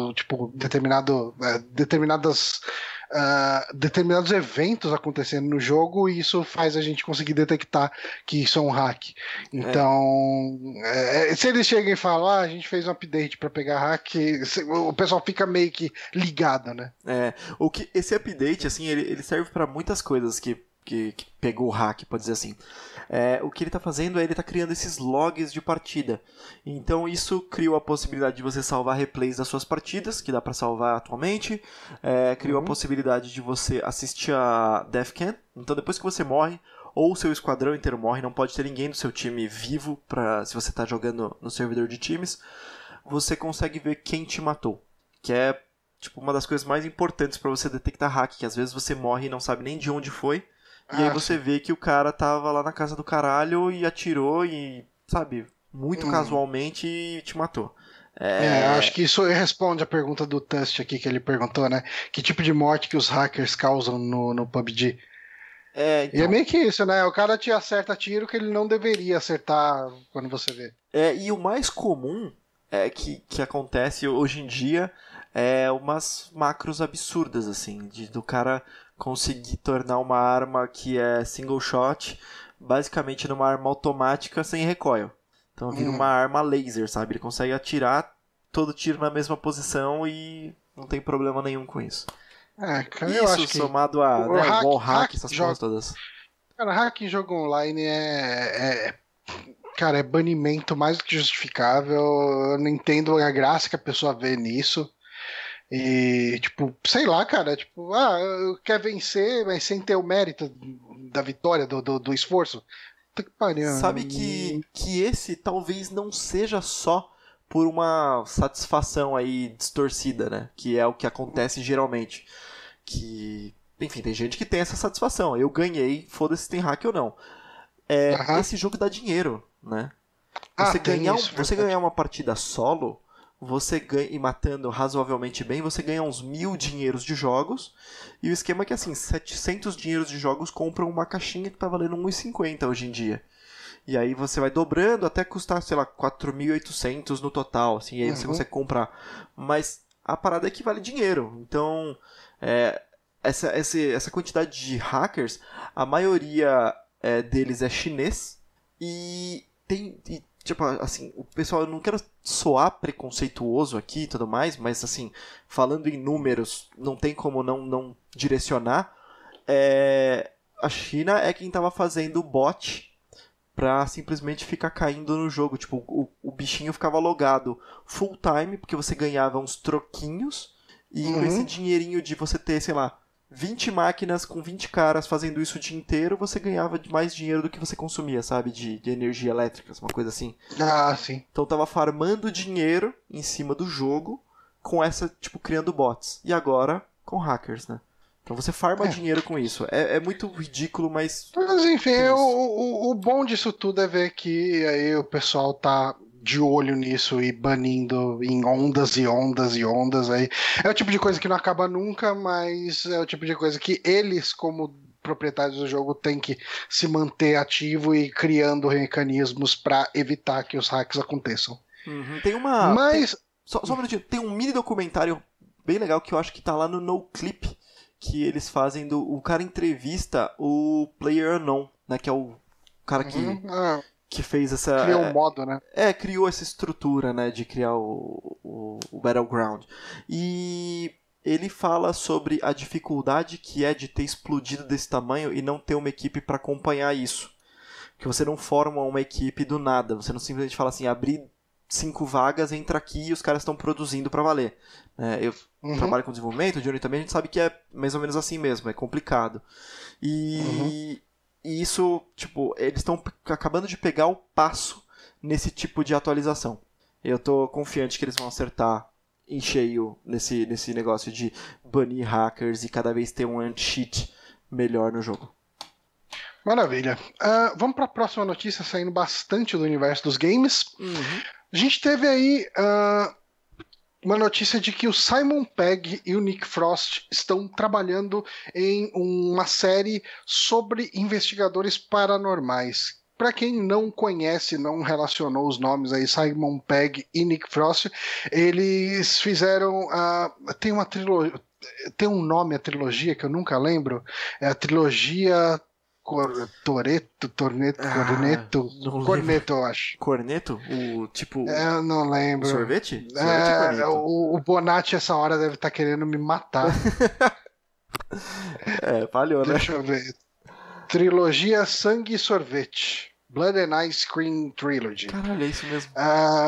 determinados eventos acontecendo no jogo, e isso faz a gente conseguir detectar que isso é um hack. Então, se eles chegam e falam, a gente fez um update pra pegar hack, o pessoal fica meio que ligado, né? Esse update, assim, ele serve pra muitas coisas que pegou o hack, pode dizer assim. O que ele está fazendo é ele está criando esses logs de partida. Então isso criou a possibilidade de você salvar replays das suas partidas, que dá para salvar atualmente. Criou a possibilidade de você assistir a Deathcam. Então depois que você morre, ou o seu esquadrão inteiro morre, não pode ter ninguém do seu time vivo, se você está jogando no servidor de times, você consegue ver quem te matou. Que é tipo uma das coisas mais importantes para você detectar hack, que às vezes você morre e não sabe nem de onde foi. E aí você vê que o cara tava lá na casa do caralho e atirou e, sabe, muito casualmente e te matou. Acho que isso responde a pergunta do Tust aqui que ele perguntou, né? Que tipo de morte que os hackers causam no PUBG? Então... E é meio que isso, né? O cara te acerta tiro que ele não deveria acertar quando você vê. E o mais comum que acontece hoje em dia é umas macros absurdas, assim, do cara conseguir tornar uma arma que é single shot basicamente numa arma automática sem recoil. Então vira uma arma laser, sabe? Ele consegue atirar todo tiro na mesma posição e não tem problema nenhum com isso. Cara, eu acho que somado a wall hack, essas coisas todas. Cara, hack em jogo online cara, é banimento mais do que justificável. Eu não entendo a graça que a pessoa vê nisso. E, tipo, sei lá, cara, tipo, quer vencer, mas sem ter o mérito da vitória, do esforço. Que pariu. Sabe que esse talvez não seja só por uma satisfação aí distorcida, né? Que é o que acontece geralmente. Que, enfim, tem gente que tem essa satisfação. Eu ganhei, foda-se se tem hack ou não. Esse jogo dá dinheiro, né? Você ganhar uma partida solo, você ganha, e matando razoavelmente bem, você ganha uns 1.000 dinheiros de jogos. E o esquema é que, assim, 700 dinheiros de jogos compram uma caixinha que tá valendo 1,50 hoje em dia. E aí você vai dobrando até custar, sei lá, 4.800 no total, assim, e aí você consegue comprar. Mas a parada é que vale dinheiro. Então, essa quantidade de hackers, a maioria deles é chinês. E tipo, assim, o pessoal, eu não quero soar preconceituoso aqui e tudo mais, mas, assim, falando em números, não tem como não direcionar. A China é quem tava fazendo o bot pra simplesmente ficar caindo no jogo. Tipo, o bichinho ficava logado full time, porque você ganhava uns troquinhos, e com esse dinheirinho de você ter, sei lá, 20 máquinas com 20 caras fazendo isso o dia inteiro, você ganhava mais dinheiro do que você consumia, sabe? De energia elétrica, uma coisa assim. Ah, sim. Então tava farmando dinheiro em cima do jogo com essa, tipo, criando bots. E agora com hackers, né? Então você farma dinheiro com isso. É muito ridículo, mas enfim, o bom disso tudo é ver que aí o pessoal tá de olho nisso e banindo em ondas e ondas e ondas. Aí é o tipo de coisa que não acaba nunca, mas é o tipo de coisa que eles, como proprietários do jogo, têm que se manter ativo e criando mecanismos para evitar que os hacks aconteçam. Tem uma... Mas... Só um minutinho. Tem um mini documentário bem legal que eu acho que tá lá no NoClip, que eles fazem o cara entrevista o PlayerUnknown, né, que é o cara que fez essa... Criou um modo, né? Criou essa estrutura, né, de criar o Battleground. E ele fala sobre a dificuldade que é de ter explodido desse tamanho e não ter uma equipe para acompanhar isso. Que você não forma uma equipe do nada, você não simplesmente fala assim, abrir 5 vagas, entra aqui e os caras estão produzindo para valer. Eu trabalho com desenvolvimento, o Johnny também, a gente sabe que é mais ou menos assim mesmo, é complicado. E isso, tipo, eles estão acabando de pegar o passo nesse tipo de atualização. Eu tô confiante que eles vão acertar em cheio nesse negócio de banir hackers e cada vez ter um anti-cheat melhor no jogo. Maravilha. Vamos para a próxima notícia, saindo bastante do universo dos games. A gente teve aí uma notícia de que o Simon Pegg e o Nick Frost estão trabalhando em uma série sobre investigadores paranormais. Para quem não conhece, não relacionou os nomes aí, Simon Pegg e Nick Frost, eles fizeram... tem uma trilogia... Tem um nome a trilogia que eu nunca lembro. É a trilogia... Corneto, eu acho. Corneto? O tipo... Eu não lembro. Sorvete? O Bonatti essa hora deve estar querendo me matar. Falhou, né? Deixa eu ver. Trilogia Sangue e Sorvete. Blood and Ice Cream Trilogy. Caralho, é isso mesmo.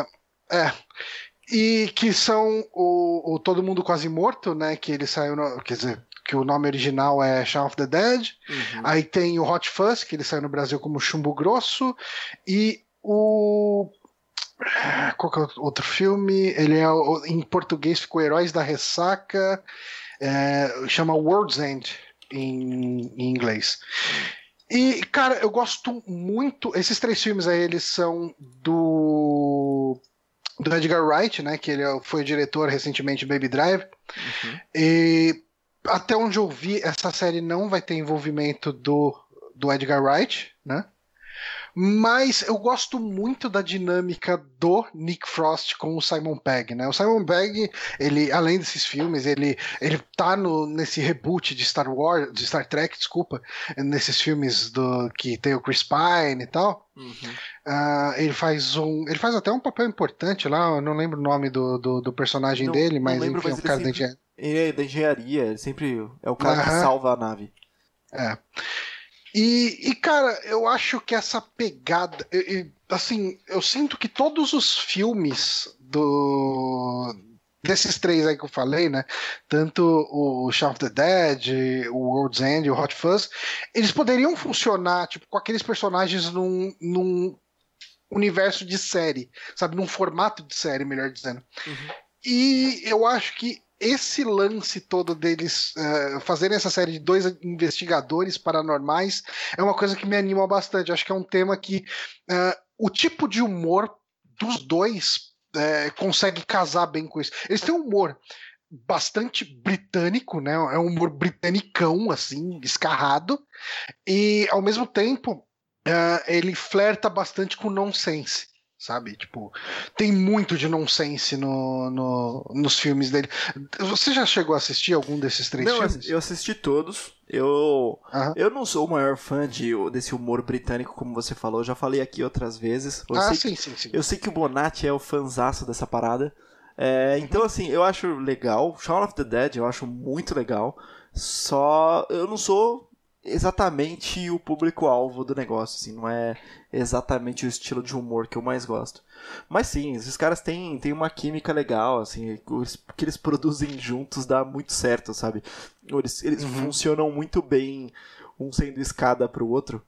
E que são o Todo Mundo Quase Morto, né? Que ele saiu... quer dizer... que o nome original é Shaun of the Dead. Aí tem o Hot Fuzz, que ele saiu no Brasil como Chumbo Grosso. E o... Qual que é o outro filme? Ele em português ficou Heróis da Ressaca. Chama World's End em inglês. E, cara, eu gosto muito... Esses 3 filmes aí, eles são do Edgar Wright, né? Que ele foi diretor recentemente de Baby Driver. E... até onde eu vi, essa série não vai ter envolvimento do Edgar Wright, né? Mas eu gosto muito da dinâmica do Nick Frost com o Simon Pegg, né? O Simon Pegg, ele, além desses filmes, ele tá nesse reboot de Star Trek, desculpa, nesses filmes que tem o Chris Pine e tal. Ele faz até um papel importante lá, eu não lembro o nome do personagem dele, mas lembro, enfim, mas o cara da engenharia. Ele é da engenharia, ele sempre é o cara que salva a nave. E, cara, eu acho que essa pegada... assim, eu sinto que todos os filmes desses 3 aí que eu falei, né? Tanto o Shaun of the Dead, o World's End e o Hot Fuzz, eles poderiam funcionar, tipo, com aqueles personagens num universo de série, sabe? Num formato de série, melhor dizendo. E eu acho que esse lance todo deles fazerem essa série de 2 investigadores paranormais é uma coisa que me anima bastante. Acho que é um tema que o tipo de humor dos 2 consegue casar bem com isso. Eles têm um humor bastante britânico, né? É um humor britanicão, assim, escarrado, e ao mesmo tempo ele flerta bastante com nonsense, sabe? Tipo, tem muito de nonsense nos filmes dele. Você já chegou a assistir algum desses 3 filmes? Não, eu assisti todos. Eu não sou o maior fã desse humor britânico, como você falou. Eu já falei aqui outras vezes. Sim. Eu sei que o Bonatti é o fanzaço dessa parada. Então, assim, eu acho legal. Shaun of the Dead eu acho muito legal. Só eu não sou exatamente o público-alvo do negócio, assim, não é exatamente o estilo de humor que eu mais gosto. Mas sim, esses caras têm uma química legal, assim, o que eles produzem juntos dá muito certo, sabe? Eles funcionam muito bem, um sendo escada pro outro.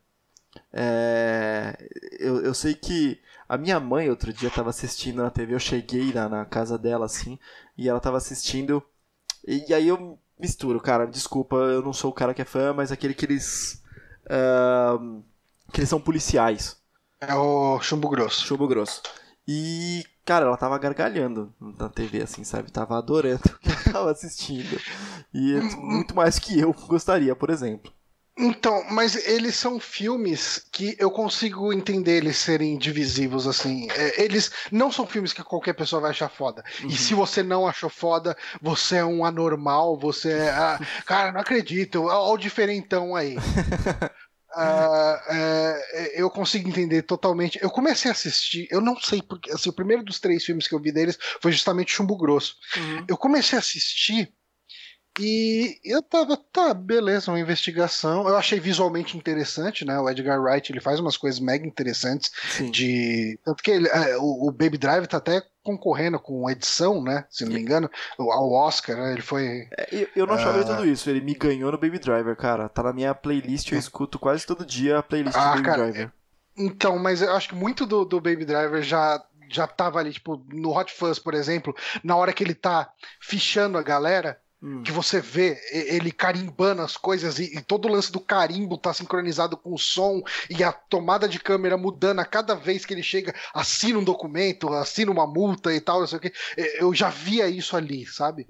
Eu sei que a minha mãe outro dia tava assistindo na TV, eu cheguei na casa dela, assim, e ela tava assistindo, e aí eu misturo, cara, desculpa, eu não sou o cara que é fã, mas aquele que eles são policiais. É o Chumbo Grosso. Chumbo Grosso. E, cara, ela tava gargalhando na TV, assim, sabe? Tava adorando o que ela tava assistindo. E muito mais que eu gostaria, por exemplo. Então, mas eles são filmes que eu consigo entender eles serem divisivos, assim. Eles não são filmes que qualquer pessoa vai achar foda. E se você não achou foda, você é um anormal, você é... cara, não acredito, olha o diferentão aí. Eu consigo entender totalmente. Eu comecei a assistir, eu não sei porque, assim, o primeiro dos 3 filmes que eu vi deles foi justamente Chumbo Grosso. Eu comecei a assistir e eu tava, beleza, uma investigação. Eu achei visualmente interessante, né? O Edgar Wright, ele faz umas coisas mega interessantes. Sim. Tanto que o Baby Driver tá até concorrendo com edição, né? Se não me engano, ao Oscar, né? Ele foi... Eu não achava tudo isso, ele me ganhou no Baby Driver, cara. Tá na minha playlist, eu escuto quase todo dia a playlist do Baby Driver. Então, mas eu acho que muito do Baby Driver já tava ali, tipo, no Hot Fuzz, por exemplo, na hora que ele tá fichando a galera, que você vê ele carimbando as coisas e todo o lance do carimbo tá sincronizado com o som e a tomada de câmera mudando a cada vez que ele chega, assina um documento, assina uma multa e tal, não sei o que. Eu já via isso ali, sabe?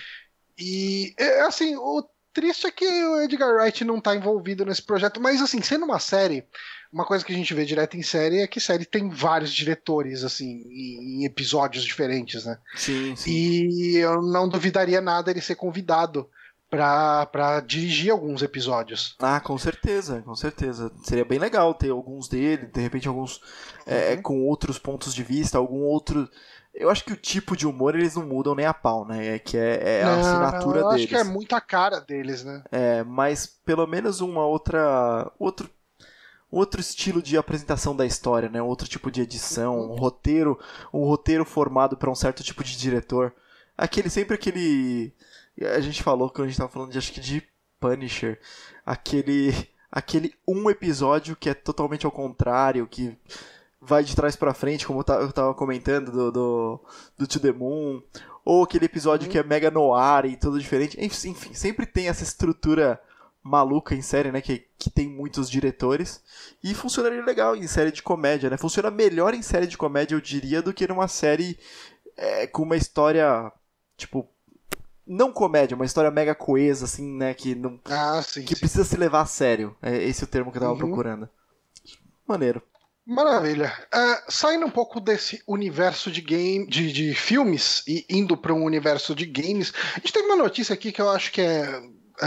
E, assim, o triste é que o Edgar Wright não tá envolvido nesse projeto, mas, assim, sendo uma série, uma coisa que a gente vê direto em série é que série tem vários diretores, assim, em episódios diferentes, né? Sim. E eu não duvidaria nada ele ser convidado pra dirigir alguns episódios. Com certeza. Seria bem legal ter alguns dele, de repente alguns com outros pontos de vista, algum outro... Eu acho que o tipo de humor eles não mudam nem a pau, né? A assinatura deles. Eu acho que é muito a cara deles, né? Mas pelo menos outro estilo de apresentação da história, né? Outro tipo de edição, um roteiro formado para um certo tipo de diretor. Sempre aquele... A gente falou quando a gente tava falando de Punisher. Aquele um episódio que é totalmente ao contrário, que vai de trás pra frente, como eu tava comentando do To The Moon, ou aquele episódio que é mega noir e tudo diferente. Enfim, sempre tem essa estrutura maluca em série, né, que tem muitos diretores, e funcionaria legal em série de comédia, né? Funciona melhor em série de comédia, eu diria, do que numa série com uma história, tipo, não comédia, uma história mega coesa, assim, né, que não precisa se levar a sério. Esse é o termo que eu tava procurando. Maneiro. Maravilha. Saindo um pouco desse universo de filmes e indo para um universo de games, a gente teve uma notícia aqui que eu acho que é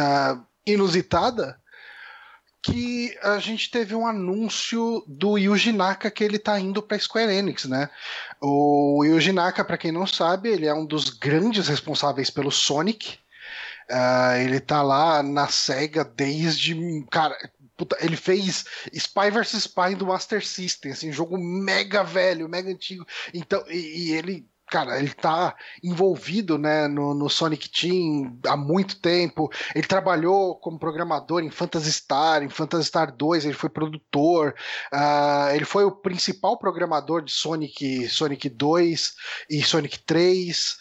inusitada, que a gente teve um anúncio do Yuji Naka que ele tá indo para Square Enix, né? O Yuji Naka, para quem não sabe, ele é um dos grandes responsáveis pelo Sonic. Ele tá lá na SEGA desde... Cara, ele fez Spy vs Spy do Master System, assim, um jogo mega velho, mega antigo. Então, e ele... Cara, ele tá envolvido, né, no Sonic Team há muito tempo. Ele trabalhou como programador em Phantasy Star 2, ele foi produtor. Ele foi o principal programador de Sonic 2 e Sonic 3.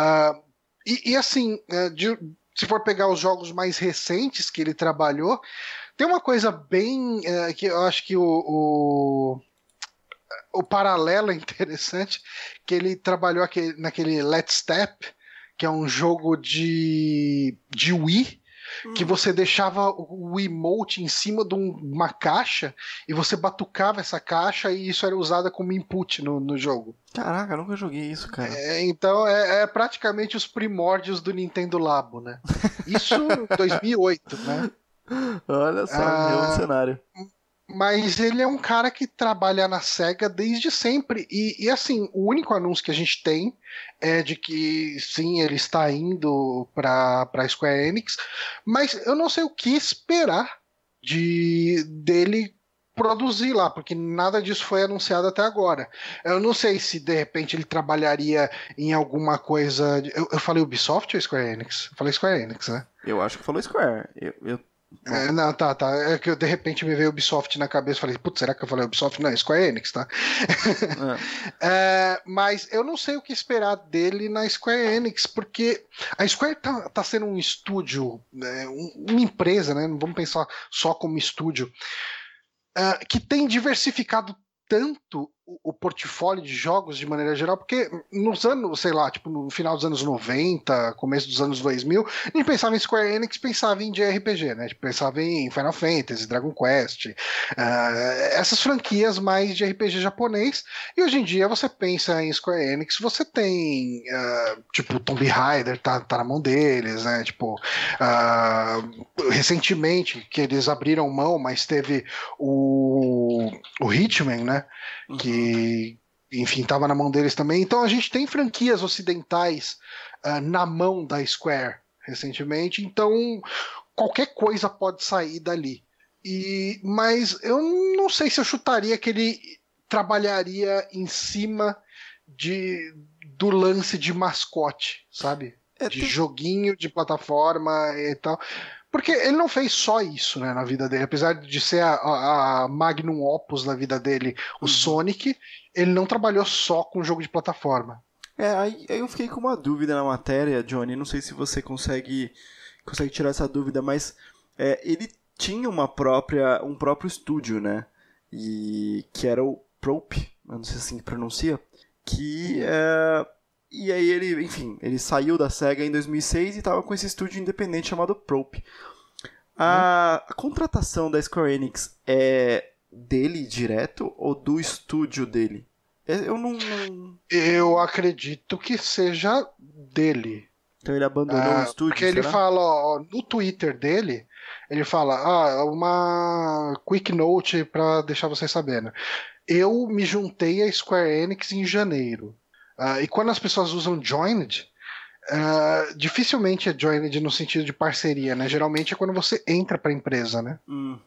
E assim, se for pegar os jogos mais recentes que ele trabalhou, tem uma coisa bem... que eu acho que o paralelo é interessante, que ele trabalhou naquele Let's Step, que é um jogo de Wii, que você deixava o Wiimote em cima de uma caixa e você batucava essa caixa e isso era usado como input no jogo. Caraca, eu nunca joguei isso, cara. Então é praticamente os primórdios do Nintendo Labo, né? Isso em 2008, né? Olha só, meu cenário. Mas ele é um cara que trabalha na SEGA desde sempre. E assim, o único anúncio que a gente tem é de que sim, ele está indo para Square Enix, mas eu não sei o que esperar dele produzir lá, porque nada disso foi anunciado até agora. Eu não sei se de repente ele trabalharia em alguma coisa. Eu falei Ubisoft ou Square Enix? Eu falei Square Enix, né? Eu acho que falou Square. Não, tá. É que eu, de repente me veio Ubisoft na cabeça e falei, putz, será que eu falei Ubisoft? Não, é Square Enix, tá? Mas eu não sei o que esperar dele na Square Enix, porque a Square tá sendo um estúdio, uma empresa, né? Não vamos pensar só como estúdio, que tem diversificado tanto o portfólio de jogos de maneira geral, porque nos anos, sei lá, tipo no final dos anos 90, começo dos anos 2000, a gente pensava em Square Enix, pensava em JRPG, né? Tipo, pensava em Final Fantasy, Dragon Quest, essas franquias mais de RPG japonês, e hoje em dia você pensa em Square Enix, você tem tipo Tomb Raider, tá na mão deles, né? Tipo, recentemente, que eles abriram mão, mas teve o Hitman, né? Que, enfim, estava na mão deles também. Então a gente tem franquias ocidentais na mão da Square recentemente, então qualquer coisa pode sair dali. Mas eu não sei se eu chutaria que ele trabalharia em cima do lance de mascote, sabe? De joguinho de plataforma e tal. Porque ele não fez só isso, né, na vida dele. Apesar de ser a magnum opus da vida dele, o Sonic, ele não trabalhou só com jogo de plataforma. Aí eu fiquei com uma dúvida na matéria, Johnny. Não sei se você consegue tirar essa dúvida, mas ele tinha um próprio estúdio, né? Que era o Probe, eu não sei se assim que pronuncia, e aí ele saiu da SEGA em 2006 e estava com esse estúdio independente chamado Probe. A contratação da Square Enix é dele direto ou do estúdio dele? Eu acredito que seja dele. Então ele abandonou o estúdio, porque ele fala, no Twitter dele, ele fala, uma quick note para deixar vocês sabendo. Eu me juntei à Square Enix em janeiro. E quando as pessoas usam joined, dificilmente é joined no sentido de parceria, né? Geralmente é quando você entra para a empresa, né?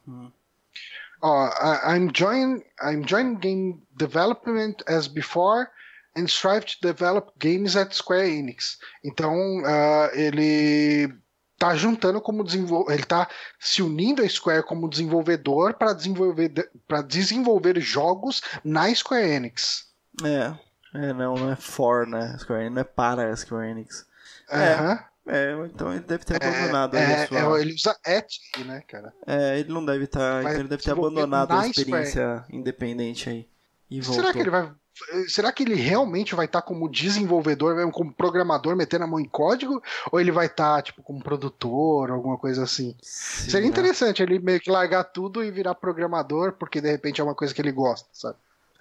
I'm joining game development as before and strive to develop games at Square Enix. Então ele tá juntando como ele tá se unindo à Square como desenvolvedor para desenvolver jogos na Square Enix. Não é for, né? Square Enix, não é para a Square Enix. Então ele deve ter abandonado ele usa at, né, cara? Ele não deve estar. Então ele deve ter abandonado a experiência independente aí. E voltou. Será que ele realmente vai estar como desenvolvedor, mesmo como programador, metendo a mão em código? Ou ele vai estar, tipo, como produtor, alguma coisa assim? Seria interessante ele meio que largar tudo e virar programador, porque de repente é uma coisa que ele gosta, sabe?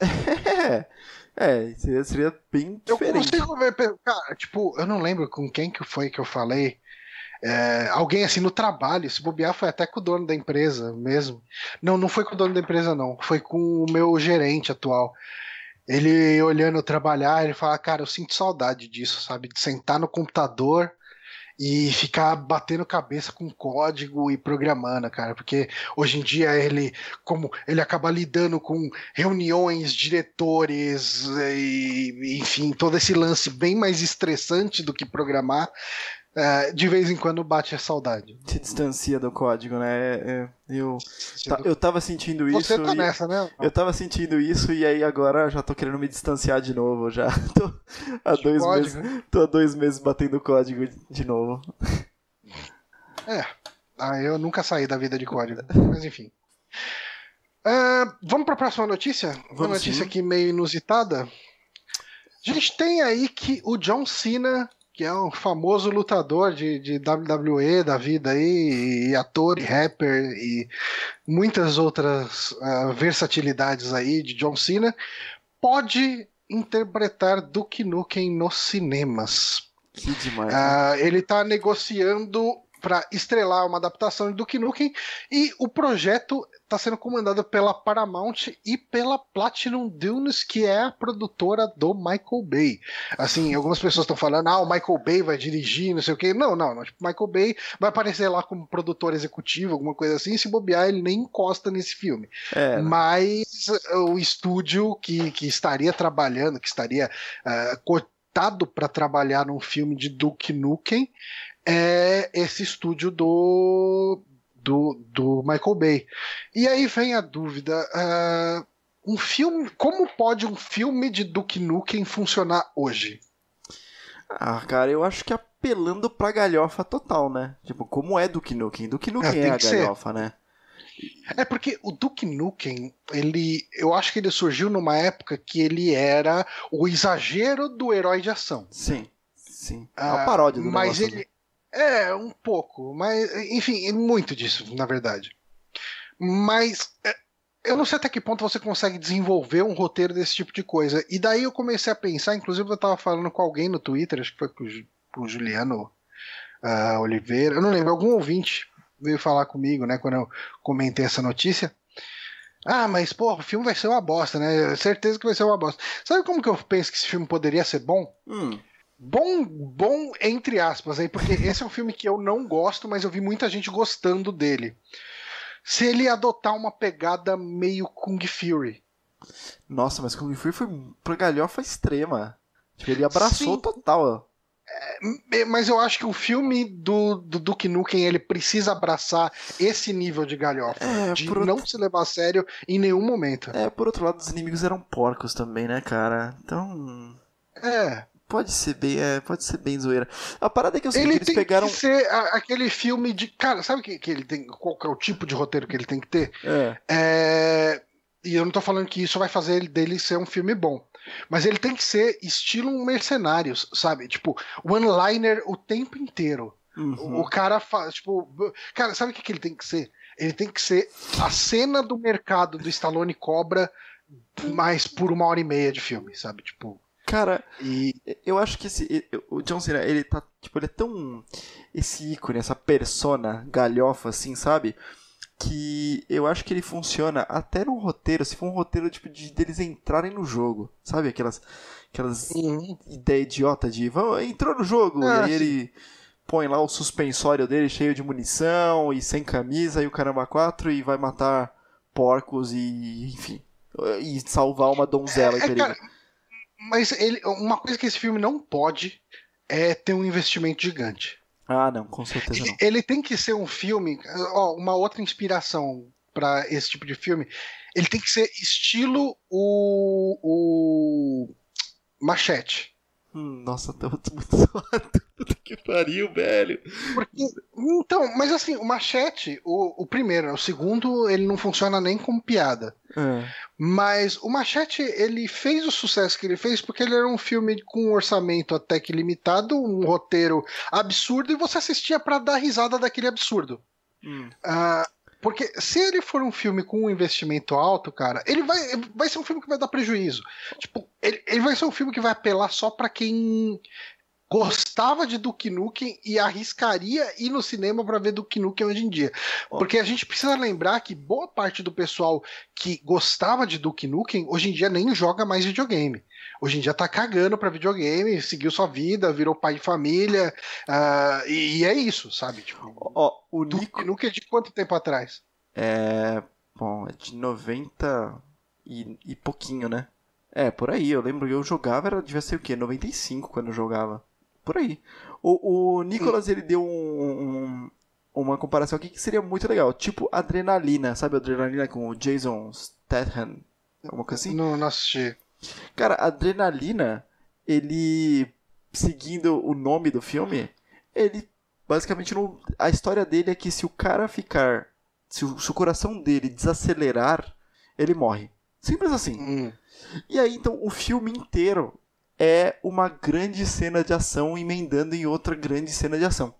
Seria bem diferente. Eu consigo ver, cara, tipo, eu não lembro com quem que foi que eu falei. Alguém assim no trabalho, se bobear foi até com o dono da empresa mesmo. Não foi com o dono da empresa, não. Foi com o meu gerente atual. Ele olhando eu trabalhar, ele fala, cara, eu sinto saudade disso, sabe? De sentar no computador e ficar batendo cabeça com código e programando, cara, porque hoje em dia ele acaba lidando com reuniões, diretores e enfim, todo esse lance bem mais estressante do que programar. De vez em quando bate a saudade. Se distancia do código, né? Eu tava sentindo isso. Você tá nessa, né? Eu tava sentindo isso e aí agora já tô querendo me distanciar de novo. Já tô há 2 meses batendo código de novo. Eu nunca saí da vida de código, mas enfim. Vamos para a próxima notícia? Uma Vamos notícia sim. aqui meio inusitada. A gente tem aí que o John Cena, que é um famoso lutador de WWE da vida aí, e ator, e rapper, e muitas outras versatilidades aí de John Cena, pode interpretar Duke Nukem nos cinemas. Que demais, né? Ele está negociando para estrelar uma adaptação de Duke Nukem e o projeto está sendo comandado pela Paramount e pela Platinum Dunes, que é a produtora do Michael Bay. Assim, algumas pessoas estão falando, o Michael Bay vai dirigir, não sei o quê. Não. Tipo, Michael Bay vai aparecer lá como produtor executivo, alguma coisa assim, se bobear, ele nem encosta nesse filme. Mas o estúdio que estaria trabalhando, que estaria cotado para trabalhar num filme de Duke Nukem, é esse estúdio do Michael Bay. E aí vem a dúvida: um filme, como pode um filme de Duke Nukem funcionar hoje? Cara, eu acho que apelando pra galhofa total, né? Tipo, como é Duke Nukem? Duke Nukem é a galhofa, né? É porque o Duke Nukem, eu acho que ele surgiu numa época que ele era o exagero do herói de ação. Sim. É uma paródia do mas negócio. Ele, um pouco, mas enfim, muito disso, na verdade. Mas eu não sei até que ponto você consegue desenvolver um roteiro desse tipo de coisa. E daí eu comecei a pensar, inclusive eu estava falando com alguém no Twitter, acho que foi com o Juliano Oliveira, eu não lembro, algum ouvinte veio falar comigo, né, quando eu comentei essa notícia. Mas pô, o filme vai ser uma bosta, né? Certeza que vai ser uma bosta. Sabe como que eu penso que esse filme poderia ser bom? Bom entre aspas aí, porque esse é um filme que eu não gosto, mas eu vi muita gente gostando dele. Se ele adotar uma pegada meio Kung Fury. Nossa, mas Kung Fury foi pra galhofa extrema. Tipo, ele abraçou total. Mas eu acho que o filme do Duke Nukem, ele precisa abraçar esse nível de galhofa, não se levar a sério em nenhum momento. Por outro lado, os inimigos eram porcos também, né, cara? Então... Pode ser bem zoeira. A parada é que eles pegaram... Ele tem que ser aquele filme de... Cara, sabe que ele tem... Qual que é o tipo de roteiro que ele tem que ter? E eu não tô falando que isso vai fazer dele ser um filme bom. Mas ele tem que ser estilo Mercenários, sabe? Tipo, one-liner o tempo inteiro. O cara faz... Tipo... Cara, sabe o que ele tem que ser? Ele tem que ser a cena do mercado do Stallone Cobra, mas por 1h30 de filme, sabe? Tipo... Cara, eu acho que o John Cena, ele tá, tipo, ele é tão esse ícone, essa persona galhofa, assim, sabe? Que eu acho que ele funciona até num roteiro, se for um roteiro, tipo, deles entrarem no jogo, sabe? Aquelas ideias idiota de, entrou no jogo, e aí ele põe lá o suspensório dele cheio de munição e sem camisa e o caramba 4 e vai matar porcos e, enfim, e salvar uma donzela em perigo. Mas uma coisa que esse filme não pode é ter um investimento gigante. Não, com certeza não. Ele tem que ser um filme... uma outra inspiração para esse tipo de filme, ele tem que ser estilo o Machete. Nossa, tá muito zoado. Puta que pariu, velho. Então, mas assim, o Machete, o primeiro, o segundo, ele não funciona nem como piada. Mas o Machete, ele fez o sucesso que ele fez porque ele era um filme com um orçamento até que limitado, um roteiro absurdo, e você assistia pra dar risada daquele absurdo. Porque se ele for um filme com um investimento alto, cara, ele vai ser um filme que vai dar prejuízo. Tipo, ele vai ser um filme que vai apelar só pra quem gostava de Duke Nukem e arriscaria ir no cinema pra ver Duke Nukem hoje em dia. Porque a gente precisa lembrar que boa parte do pessoal que gostava de Duke Nukem hoje em dia nem joga mais videogame. Hoje em dia tá cagando pra videogame, seguiu sua vida, virou pai de família, e é isso, sabe? Tipo, o Duke Nukem é de quanto tempo atrás? É de 90 e pouquinho, né? Por aí, eu lembro que eu jogava, devia ser o quê? 95 quando eu jogava. Por aí. O Nicolas, ele deu uma comparação aqui que seria muito legal. Tipo Adrenalina, sabe Adrenalina com o Jason Statham? Alguma coisa assim? Não assisti. Cara, Adrenalina, ele, seguindo o nome do filme, ele basicamente a história dele é que se o cara ficar, se o coração dele desacelerar, ele morre. Simples assim. E aí, então, o filme inteiro é uma grande cena de ação emendando em outra grande cena de ação.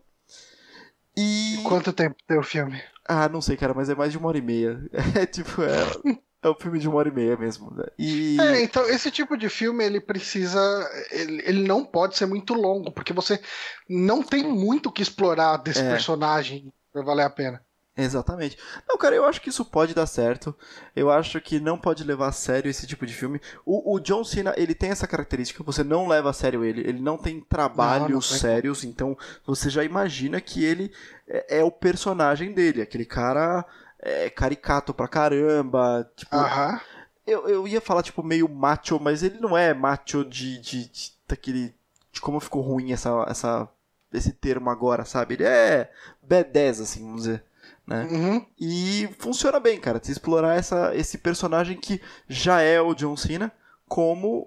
E quanto tempo tem o filme? Ah, não sei, cara, mas é mais de 1h30. É tipo, é um filme de 1h30 mesmo. Então, esse tipo de filme, ele precisa... Ele não pode ser muito longo, porque você não tem muito o que explorar desse personagem pra valer a pena. Exatamente. Não, cara, eu acho que isso pode dar certo. Eu acho que não pode levar a sério esse tipo de filme. O John Cena, ele tem essa característica, você não leva a sério ele. Ele não tem trabalhos sérios, então você já imagina que ele é o personagem dele. Aquele cara caricato pra caramba. Tipo, eu ia falar, tipo, meio macho, mas ele não é macho de como ficou ruim esse termo agora, sabe? Ele é B10, assim, vamos dizer. Né? E funciona bem, cara, se explorar esse personagem que já é o John Cena como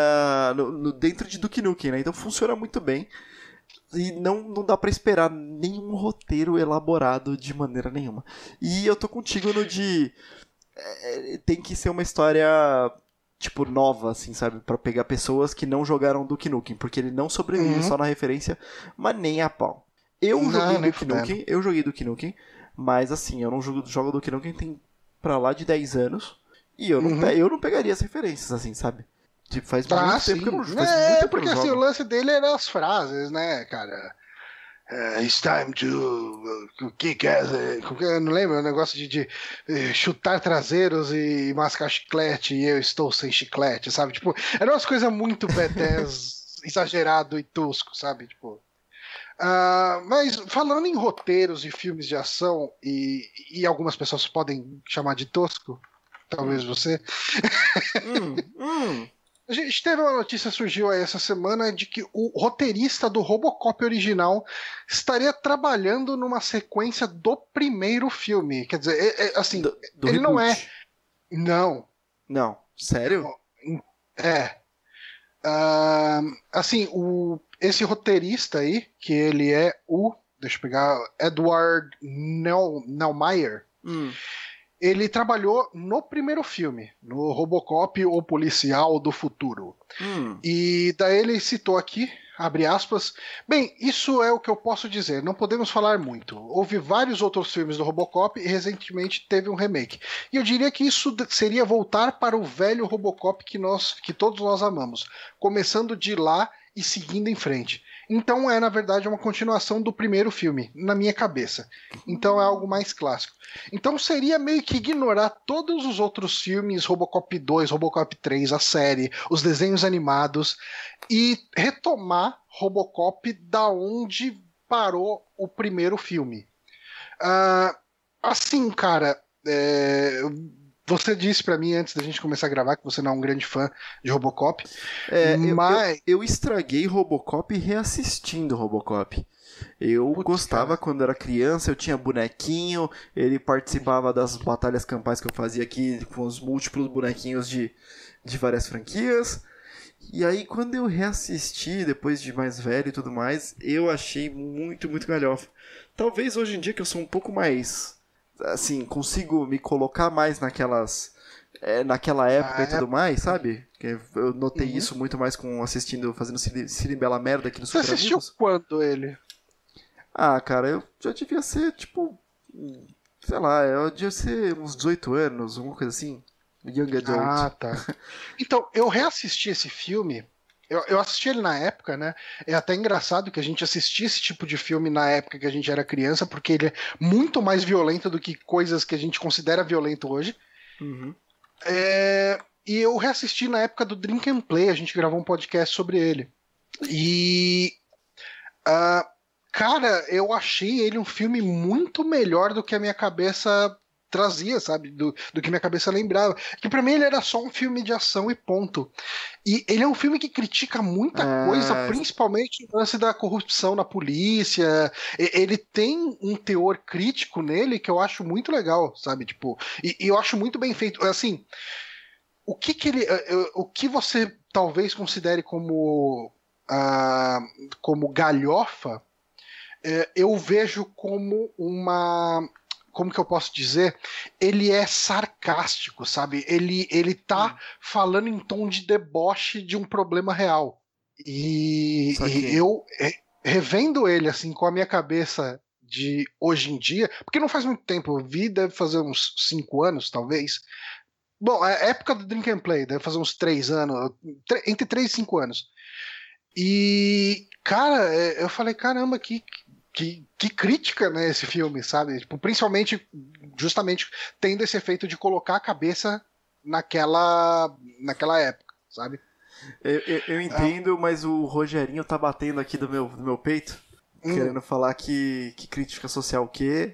dentro de Duke Nukem, né? Então funciona muito bem e não dá pra esperar nenhum roteiro elaborado de maneira nenhuma. E eu tô contigo no de tem que ser uma história tipo nova, assim, sabe, pra pegar pessoas que não jogaram Duke Nukem, porque ele não sobrevive só na referência, mas nem a pau. Eu joguei Duke Nukem, mas assim, eu não jogo Duke Nukem tem pra lá de 10 anos. E eu não pegaria as referências, assim, sabe? Tipo, faz muito tempo que eu não jogo. Porque assim, o lance dele era as frases, né, cara? It's time to kick ass. Eu não lembro, o negócio de chutar traseiros e mascar chiclete e eu estou sem chiclete, sabe? Tipo, eram umas coisas muito B10 exagerado e tosco, sabe? Tipo... mas falando em roteiros e filmes de ação, e algumas pessoas podem chamar de tosco, talvez você. A gente teve uma notícia, surgiu aí essa semana, de que o roteirista do Robocop original estaria trabalhando numa sequência do primeiro filme. Quer dizer, assim, do ele reboot. não é. Não. Sério? Assim, esse roteirista aí, que ele é deixa eu pegar, Edward Neumeier, ele trabalhou no primeiro filme, no Robocop, o policial do futuro. E daí ele citou aqui, abre aspas, bem, isso é o que eu posso dizer, não podemos falar muito. Houve vários outros filmes do Robocop e recentemente teve um remake. E eu diria que isso seria voltar para o velho Robocop que todos nós amamos, começando de lá e seguindo em frente. Então na verdade, uma continuação do primeiro filme, na minha cabeça. Então é algo mais clássico. Então seria meio que ignorar todos os outros filmes, Robocop 2, Robocop 3, a série, os desenhos animados, e retomar Robocop da onde parou o primeiro filme. Assim, cara, você disse pra mim antes da gente começar a gravar que você não é um grande fã de Robocop. Mas eu estraguei Robocop reassistindo Robocop. Eu gostava quando era criança, eu tinha bonequinho, ele participava das batalhas campais que eu fazia aqui com os múltiplos bonequinhos de várias franquias. E aí quando eu reassisti, depois de mais velho e tudo mais, eu achei muito, muito galhofa. Talvez hoje em dia que eu sou um pouco mais... assim, consigo me colocar mais naquela época e tudo mais, sabe? Eu notei isso muito mais fazendo Cine Bela Merda aqui no Super Amigos. Você assistiu quando ele? Cara, eu já devia ser, tipo, sei lá, eu devia ser uns 18 anos, alguma coisa assim. Young Adult. Tá. Então, eu reassisti esse filme. Eu assisti ele na época, né? É até engraçado que a gente assistia esse tipo de filme na época que a gente era criança, porque ele é muito mais violento do que coisas que a gente considera violento hoje. E eu reassisti na época do Drink and Play, a gente gravou um podcast sobre ele. E... cara, eu achei ele um filme muito melhor do que a minha cabeça trazia, sabe? Do que minha cabeça lembrava. Que pra mim ele era só um filme de ação e ponto. E ele é um filme que critica muita coisa, principalmente o lance da corrupção na polícia. Ele tem um teor crítico nele que eu acho muito legal, sabe? Tipo, e eu acho muito bem feito. Assim, o que você talvez considere como galhofa, eu vejo como uma como que eu posso dizer? Ele é sarcástico, sabe? Ele tá falando em tom de deboche de um problema real. E eu, revendo ele, assim, com a minha cabeça de hoje em dia, porque não faz muito tempo, eu vi, deve fazer uns 5 anos, talvez. Bom, a época do Drink and Play, deve fazer uns 3 anos, entre 3 e 5 anos. E, cara, eu falei, caramba, que crítica, né, esse filme, sabe? Tipo, principalmente, justamente, tendo esse efeito de colocar a cabeça naquela época, sabe? Eu entendo, mas o Rogerinho tá batendo aqui do meu peito, querendo falar que crítica social o quê?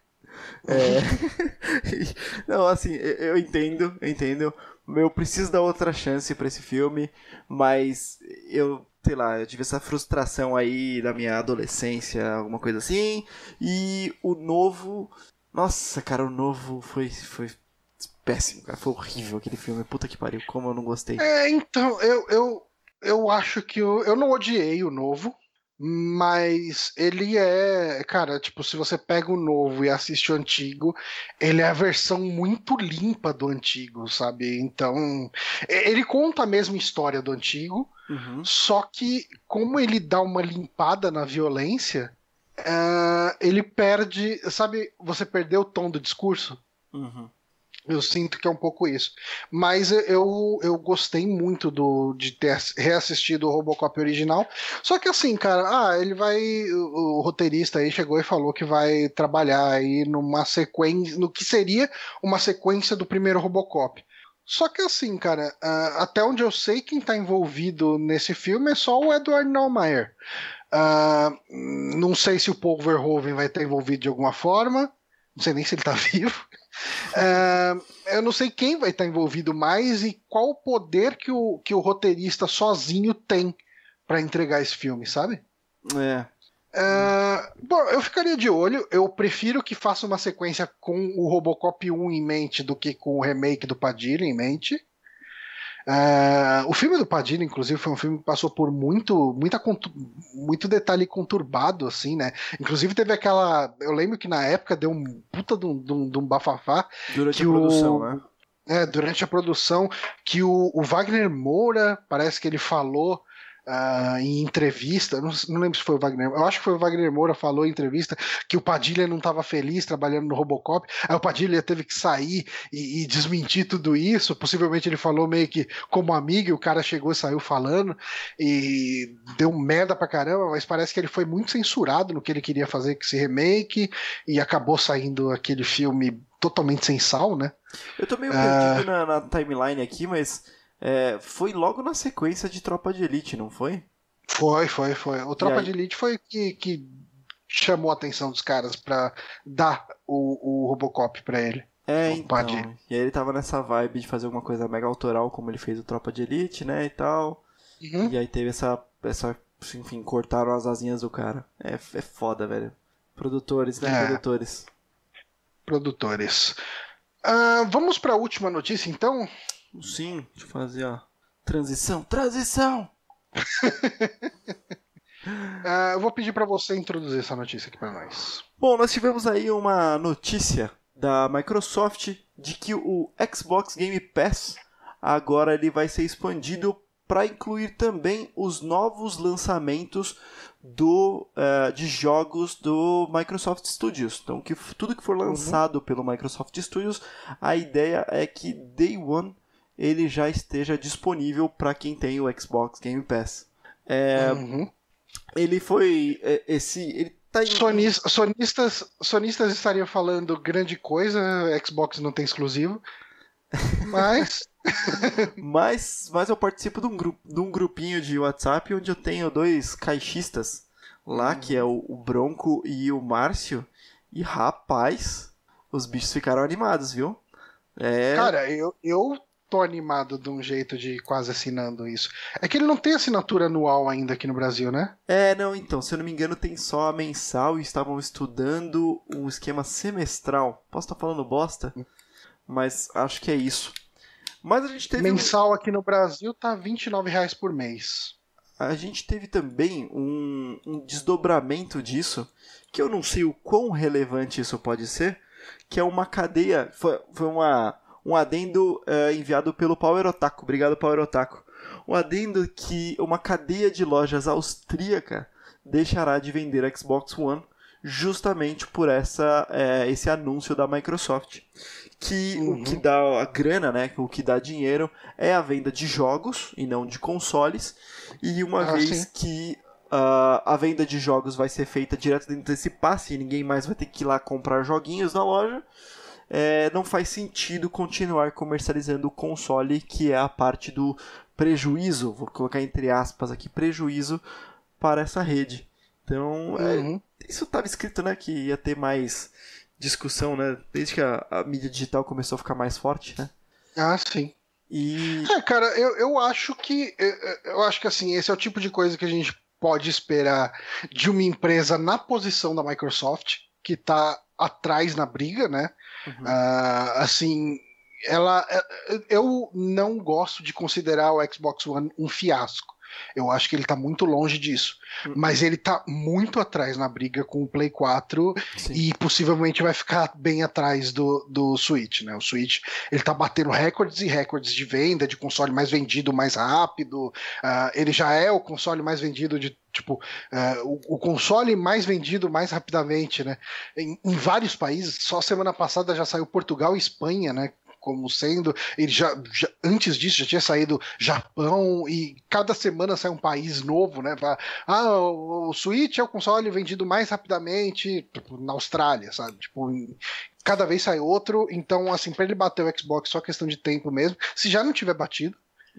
Não, assim, eu entendo. Eu preciso dar outra chance pra esse filme, mas sei lá, eu tive essa frustração aí da minha adolescência, alguma coisa assim. E o novo. Nossa, cara, o novo foi péssimo, cara. Foi horrível aquele filme. Puta que pariu, como eu não gostei. Então, eu acho que eu não odiei o novo. Mas ele cara, tipo, se você pega o novo e assiste o antigo, ele é a versão muito limpa do antigo, sabe? Então, ele conta a mesma história do antigo, só que como ele dá uma limpada na violência, ele perde, sabe, você perdeu o tom do discurso? Eu sinto que é um pouco isso. Mas eu gostei muito de ter reassistido o Robocop original. Só que assim, cara, ele vai. O roteirista aí chegou e falou que vai trabalhar aí numa sequência. No que seria uma sequência do primeiro Robocop. Só que assim, cara, até onde eu sei, quem tá envolvido nesse filme é só o Edward Neumeier. Não sei se o Paul Verhoeven vai estar envolvido de alguma forma. Não sei nem se ele tá vivo. Eu não sei quem vai estar envolvido mais e qual o poder que o roteirista sozinho tem para entregar esse filme, sabe? Bom, eu ficaria de olho. Eu prefiro que faça uma sequência com o Robocop 1 em mente do que com o remake do Padilha em mente. O filme do Padilha, inclusive, foi um filme que passou por muito detalhe conturbado, assim, né? Inclusive teve aquela. Eu lembro que na época deu um puta de um bafafá. Durante a produção, né? Durante a produção, que o Wagner Moura, parece que ele falou em entrevista, não lembro se foi o Wagner, eu acho que foi o Wagner Moura, falou em entrevista que o Padilha não estava feliz trabalhando no Robocop, aí o Padilha teve que sair e desmentir tudo isso, possivelmente ele falou meio que como amigo, e o cara chegou e saiu falando, e deu merda pra caramba, mas parece que ele foi muito censurado no que ele queria fazer com esse remake, e acabou saindo aquele filme totalmente sem sal, né? Eu tô meio perdido na timeline aqui, mas foi logo na sequência de Tropa de Elite, não foi? Foi. O Tropa de Elite foi que chamou a atenção dos caras pra dar o Robocop pra ele. Então. E aí ele tava nessa vibe de fazer alguma coisa mega autoral, como ele fez o Tropa de Elite, né, e tal. E aí teve essa enfim, cortaram as asinhas do cara. É foda, velho. Produtores, né? Produtores. Vamos pra última notícia, então? Sim, deixa eu fazer a transição! Eu vou pedir pra você introduzir essa notícia aqui pra nós. Bom, nós tivemos aí uma notícia da Microsoft de que o Xbox Game Pass agora ele vai ser expandido para incluir também os novos lançamentos de jogos do Microsoft Studios. Então, tudo que for lançado pelo Microsoft Studios, a ideia é que Day One ele já esteja disponível para quem tem o Xbox Game Pass. Ele foi... ele tá Sonistas estariam falando grande coisa, Xbox não tem exclusivo, mas... mas eu participo de um grupinho de WhatsApp onde eu tenho 2 caixistas lá, que é o Bronco e o Márcio, e rapaz, os bichos ficaram animados, viu? Cara, eu tô animado de um jeito de quase assinando isso. É que ele não tem assinatura anual ainda aqui no Brasil, né? Não, então, se eu não me engano tem só a mensal e estavam estudando um esquema semestral. Posso estar falando bosta? Mas acho que é isso. Mas a gente teve... Mensal aqui no Brasil tá R$29 por mês. A gente teve também um desdobramento disso, que eu não sei o quão relevante isso pode ser, que é uma cadeia, foi um adendo enviado pelo Power Otaku, obrigado Power Otaku. Um adendo que uma cadeia de lojas austríaca deixará de vender Xbox One justamente por esse anúncio da Microsoft. Que o que dá a grana, né, o que dá dinheiro é a venda de jogos e não de consoles. E uma vez que a venda de jogos vai ser feita direto dentro desse passe e ninguém mais vai ter que ir lá comprar joguinhos na loja, não faz sentido continuar comercializando o console, que é a parte do prejuízo, vou colocar entre aspas aqui, prejuízo para essa rede. Então, isso estava escrito, né, que ia ter mais discussão, né, desde que a mídia digital começou a ficar mais forte, né? Ah, sim. E... cara, eu acho que assim, esse é o tipo de coisa que a gente pode esperar de uma empresa na posição da Microsoft, que está atrás na briga, né? Assim, eu não gosto de considerar o Xbox One um fiasco. Eu acho que ele tá muito longe disso. Mas ele tá muito atrás na briga com o Play 4. Sim. E possivelmente vai ficar bem atrás do Switch, né? O Switch, ele tá batendo recordes e recordes de venda, de console mais vendido mais rápido. Ele já é o console mais vendido o console mais vendido mais rapidamente, né? Em vários países. Só semana passada já saiu Portugal e Espanha, né? Como sendo, ele já antes disso já tinha saído Japão, e cada semana sai um país novo, né? O Switch é o console vendido mais rapidamente na Austrália, sabe? Cada vez sai outro, então assim, para ele bater o Xbox só questão de tempo mesmo, se já não tiver batido.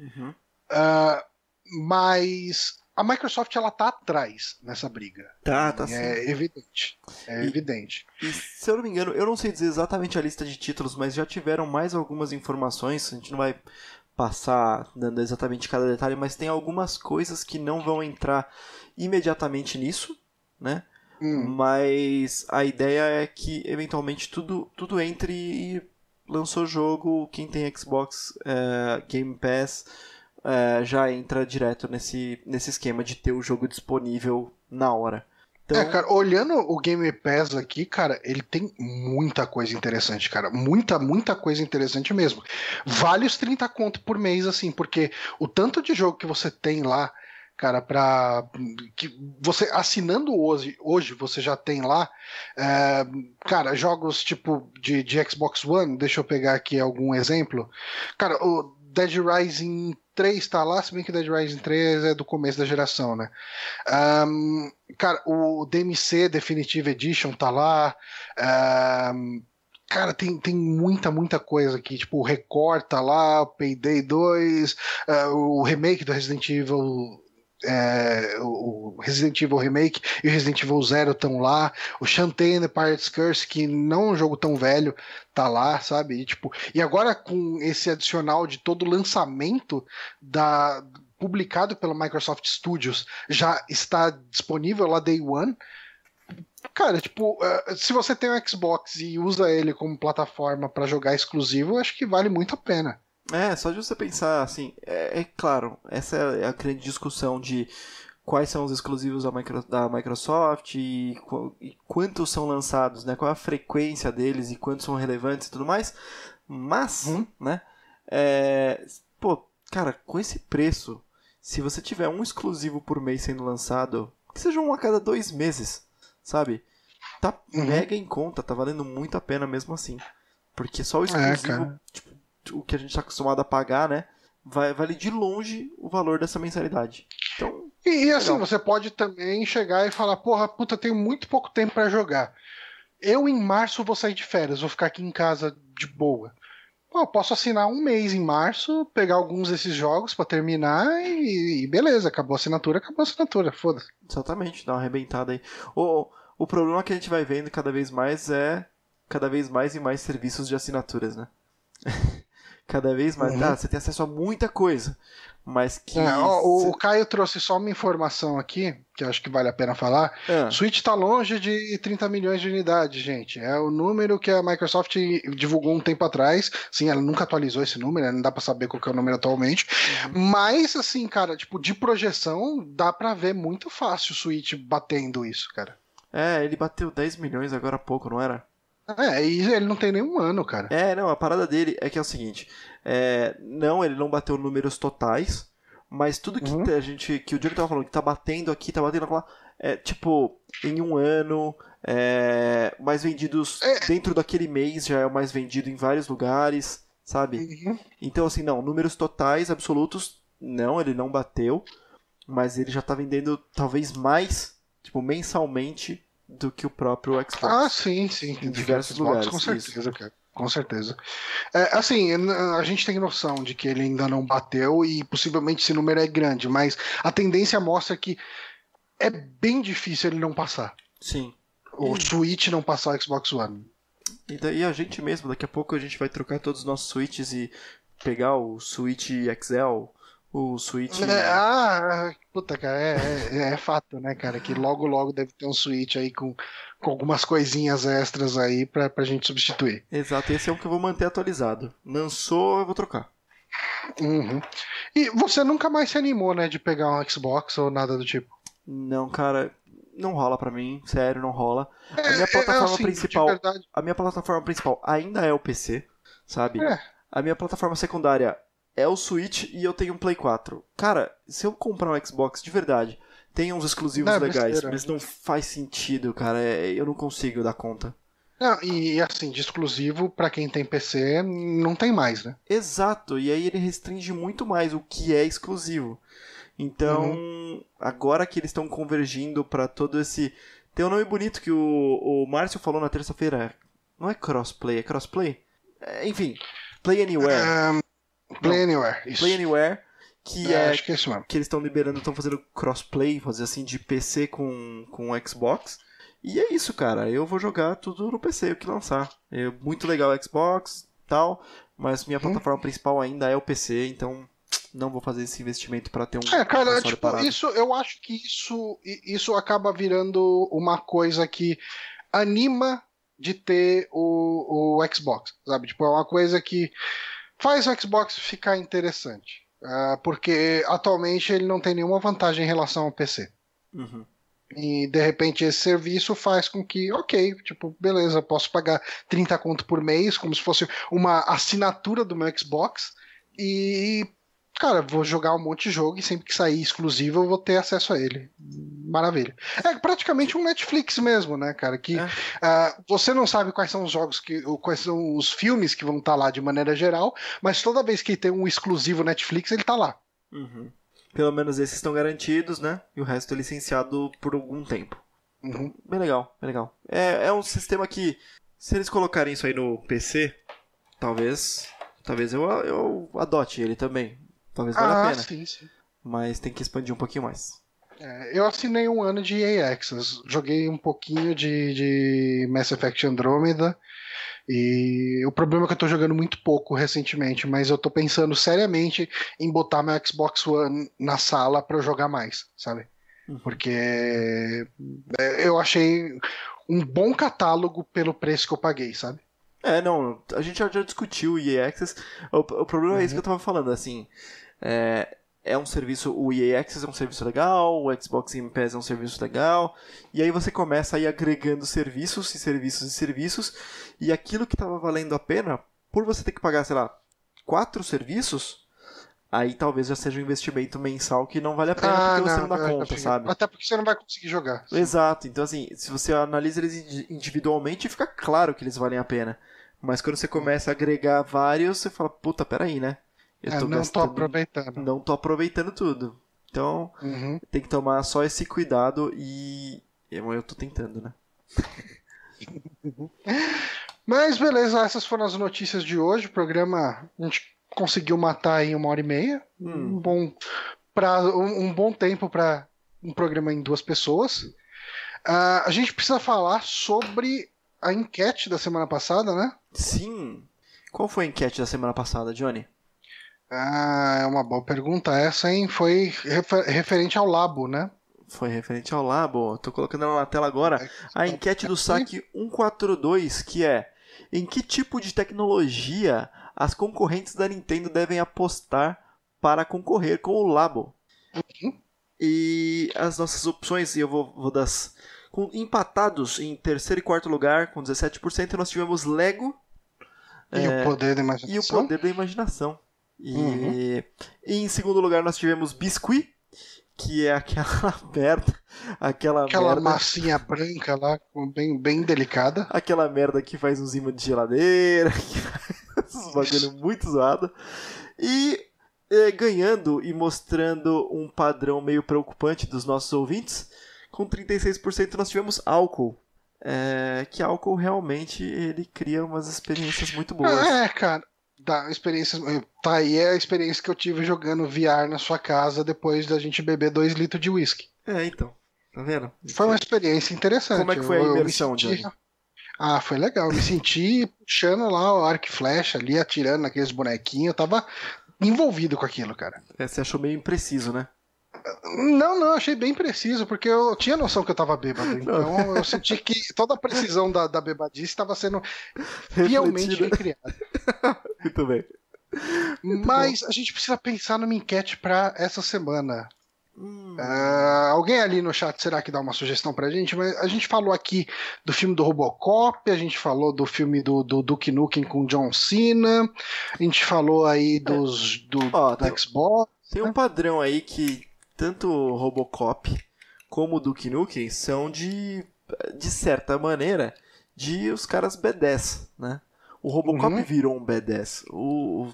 Mas a Microsoft, ela tá atrás nessa briga. Tá sim. É evidente. Evidente. E se eu não me engano, eu não sei dizer exatamente a lista de títulos, mas já tiveram mais algumas informações. A gente não vai passar dando exatamente cada detalhe, mas tem algumas coisas que não vão entrar imediatamente nisso, né? Mas a ideia é que eventualmente tudo entre e lançou jogo, quem tem Xbox Game Pass já entra direto nesse esquema de ter o jogo disponível na hora. Então... cara, olhando o Game Pass aqui, cara, ele tem muita coisa interessante, cara. Muita coisa interessante mesmo. Vale os 30 conto por mês, assim, porque o tanto de jogo que você tem lá, cara, que você assinando hoje você já tem lá, cara, jogos tipo de Xbox One, deixa eu pegar aqui algum exemplo. Cara, o Dead Rising 3 tá lá, se bem que Dead Rising 3 é do começo da geração, né? Cara, o DMC Definitive Edition tá lá. Cara, tem muita coisa aqui. Tipo, o Record tá lá, o Payday 2, o remake do Resident Evil. O Resident Evil Remake e o Resident Evil Zero estão lá. O Shantae and the Pirate's Curse, que não é um jogo tão velho, tá lá, sabe? E agora com esse adicional de todo o lançamento publicado pela Microsoft Studios, já está disponível lá Day One. Cara, se você tem um Xbox e usa ele como plataforma para jogar exclusivo, eu acho que vale muito a pena. Só de você pensar, assim, claro, essa é a grande discussão de quais são os exclusivos da Microsoft e quantos são lançados, né? Qual é a frequência deles e quantos são relevantes e tudo mais. Mas, né? Cara, com esse preço, se você tiver um exclusivo por mês sendo lançado, que seja um a cada 2 meses, sabe? Tá mega em conta, tá valendo muito a pena mesmo assim. Porque só o exclusivo, o que a gente está acostumado a pagar, né? Vale de longe o valor dessa mensalidade. Então, e assim, você pode também chegar e falar, tenho muito pouco tempo para jogar. Eu em março vou sair de férias, vou ficar aqui em casa de boa. Eu posso assinar um mês em março, pegar alguns desses jogos para terminar e beleza, acabou a assinatura, foda-se. Exatamente, dá uma arrebentada aí. O problema que a gente vai vendo cada vez mais e mais serviços de assinaturas, né? Cada vez mais. Você tem acesso a muita coisa, mas que... o Caio trouxe só uma informação aqui, que eu acho que vale a pena falar. Switch tá longe de 30 milhões de unidades, gente. É o número que a Microsoft divulgou um tempo atrás. Sim, ela nunca atualizou esse número, não dá pra saber qual que é o número atualmente. Mas, assim, cara, de projeção, dá pra ver muito fácil o Switch batendo isso, cara. Ele bateu 10 milhões agora há pouco, não era? E ele não tem nenhum ano, cara. Não, a parada dele é que é o seguinte, não, ele não bateu números totais, mas tudo que que o Diogo tava falando, que tá batendo aqui, tá batendo lá, tipo, em um ano, mais vendidos dentro daquele mês, já é o mais vendido em vários lugares, sabe? Então, assim, não, números totais, absolutos, não, ele não bateu, mas ele já tá vendendo talvez mais, tipo, mensalmente do que o próprio Xbox. Ah, sim. Em diversos lugares. Com certeza, cara. Com certeza. Assim, a gente tem noção de que ele ainda não bateu e possivelmente esse número é grande, mas a tendência mostra que é bem difícil ele não passar. Sim. O Switch não passar o Xbox One. E daí a gente mesmo, daqui a pouco a gente vai trocar todos os nossos Switches e pegar o Switch XL, o Switch... Puta, cara, é fato, né, cara, que logo deve ter um Switch aí com algumas coisinhas extras aí pra gente substituir. Exato, esse é o que eu vou manter atualizado. Lançou, eu vou trocar. E você nunca mais se animou, né, de pegar um Xbox ou nada do tipo? Não, cara, não rola pra mim, sério, não rola. A minha plataforma principal, a minha plataforma principal ainda é o PC, sabe? A minha plataforma secundária é o Switch e eu tenho um Play 4. Cara, se eu comprar um Xbox de verdade, tem uns exclusivos legais, besteira, mas não faz sentido, cara. Eu não consigo dar conta. Não, e assim, de exclusivo, pra quem tem PC, não tem mais, né? Exato, e aí ele restringe muito mais o que é exclusivo. Então, agora que eles estão convergindo pra todo esse... Tem um nome bonito que o Márcio falou na terça-feira. Não é crossplay, é crossplay? Enfim, Play Anywhere. Play Anywhere, isso. Play Anywhere, acho que é isso mesmo. Que eles estão liberando, estão fazendo crossplay, fazer assim, de PC com Xbox. E é isso, cara. Eu vou jogar tudo no PC, o que lançar. Muito legal o Xbox, tal, mas minha plataforma principal ainda é o PC, então não vou fazer esse investimento para ter um cara, tipo, parado. eu acho que isso acaba virando uma coisa que anima de ter o Xbox, sabe? Tipo, é uma coisa que faz o Xbox ficar interessante. Porque atualmente ele não tem nenhuma vantagem em relação ao PC. E de repente esse serviço faz com que, ok, tipo, beleza, posso pagar 30 conto por mês, como se fosse uma assinatura do meu Xbox, e, cara, vou jogar um monte de jogo e sempre que sair exclusivo eu vou ter acesso a ele. Maravilha. É praticamente um Netflix mesmo, né, cara? Que você não sabe quais são os jogos, quais são os filmes que vão estar lá de maneira geral, mas toda vez que tem um exclusivo Netflix, ele tá lá. Pelo menos esses estão garantidos, né? E o resto é licenciado por algum tempo. Bem legal, bem legal. É um sistema que, se eles colocarem isso aí no PC, talvez eu adote ele também. Talvez valha a pena. Sim. Mas tem que expandir um pouquinho mais. Eu assinei um ano de EA Access. Joguei um pouquinho de Mass Effect Andromeda. E o problema é que eu tô jogando muito pouco recentemente, mas eu tô pensando seriamente em botar meu Xbox One na sala pra eu jogar mais, sabe? Porque eu achei um bom catálogo pelo preço que eu paguei, sabe? Não, a gente já discutiu o EA Access. O problema é isso que eu tava falando, assim. É um serviço, o EA Access é um serviço legal, o Xbox Game Pass é um serviço legal, e aí você começa a ir agregando serviços, e aquilo que estava valendo a pena, por você ter que pagar, sei lá, 4 serviços, aí talvez já seja um investimento mensal que não vale a pena, porque você não dá conta, sabe? Até porque você não vai conseguir jogar. Sim. Exato, então assim, se você analisa eles individualmente, fica claro que eles valem a pena, mas quando você começa a agregar vários, você fala, puta, peraí, né? Tô aproveitando. Não tô aproveitando tudo. Então, tem que tomar só esse cuidado e eu tô tentando, né? Mas beleza, essas foram as notícias de hoje. O programa a gente conseguiu matar em 1h30. Um bom tempo para um programa em 2 pessoas. A gente precisa falar sobre a enquete da semana passada, né? Sim. Qual foi a enquete da semana passada, Johnny? É uma boa pergunta essa, hein? Foi referente ao Labo, né? Foi referente ao Labo. Tô colocando ela na tela agora. A enquete do saque 142, que é: em que tipo de tecnologia as concorrentes da Nintendo devem apostar para concorrer com o Labo? E as nossas opções, e eu vou das Empatados em terceiro e quarto lugar, com 17%, nós tivemos Lego. E o Poder da E o Poder da Imaginação. E em segundo lugar nós tivemos Biscuit, que é aquela merda. Aquela merda, massinha branca lá, bem, bem delicada. Aquela merda que faz uns imãs de geladeira, que faz uns bagulho muito zoado. E ganhando e mostrando um padrão meio preocupante dos nossos ouvintes, com 36% nós tivemos álcool. Que álcool realmente ele cria umas experiências muito boas. Cara, dá experiências. Tá aí a experiência que eu tive jogando VR na sua casa depois da gente beber 2 litros de whisky. Então, tá vendo? Foi uma experiência interessante. Como é que foi a imersão, Johnny? Foi legal. Eu me senti puxando lá o arco e flecha ali, atirando naqueles bonequinhos. Eu tava envolvido com aquilo, cara. Você achou meio impreciso, né? Não, achei bem preciso, porque eu tinha noção que eu tava bêbado. Então eu senti que toda a precisão da bebadice estava sendo fielmente recriada. Muito bem. Mas a gente precisa pensar numa enquete pra essa semana. Alguém ali no chat, será que dá uma sugestão pra gente? Mas a gente falou aqui do filme do Robocop, a gente falou do filme do Duke Nukem com John Cena, a gente falou aí do Xbox. Tem um padrão aí que tanto o Robocop como o Duke Nukem são de certa maneira, de os caras B10, né? O Robocop virou um B10. O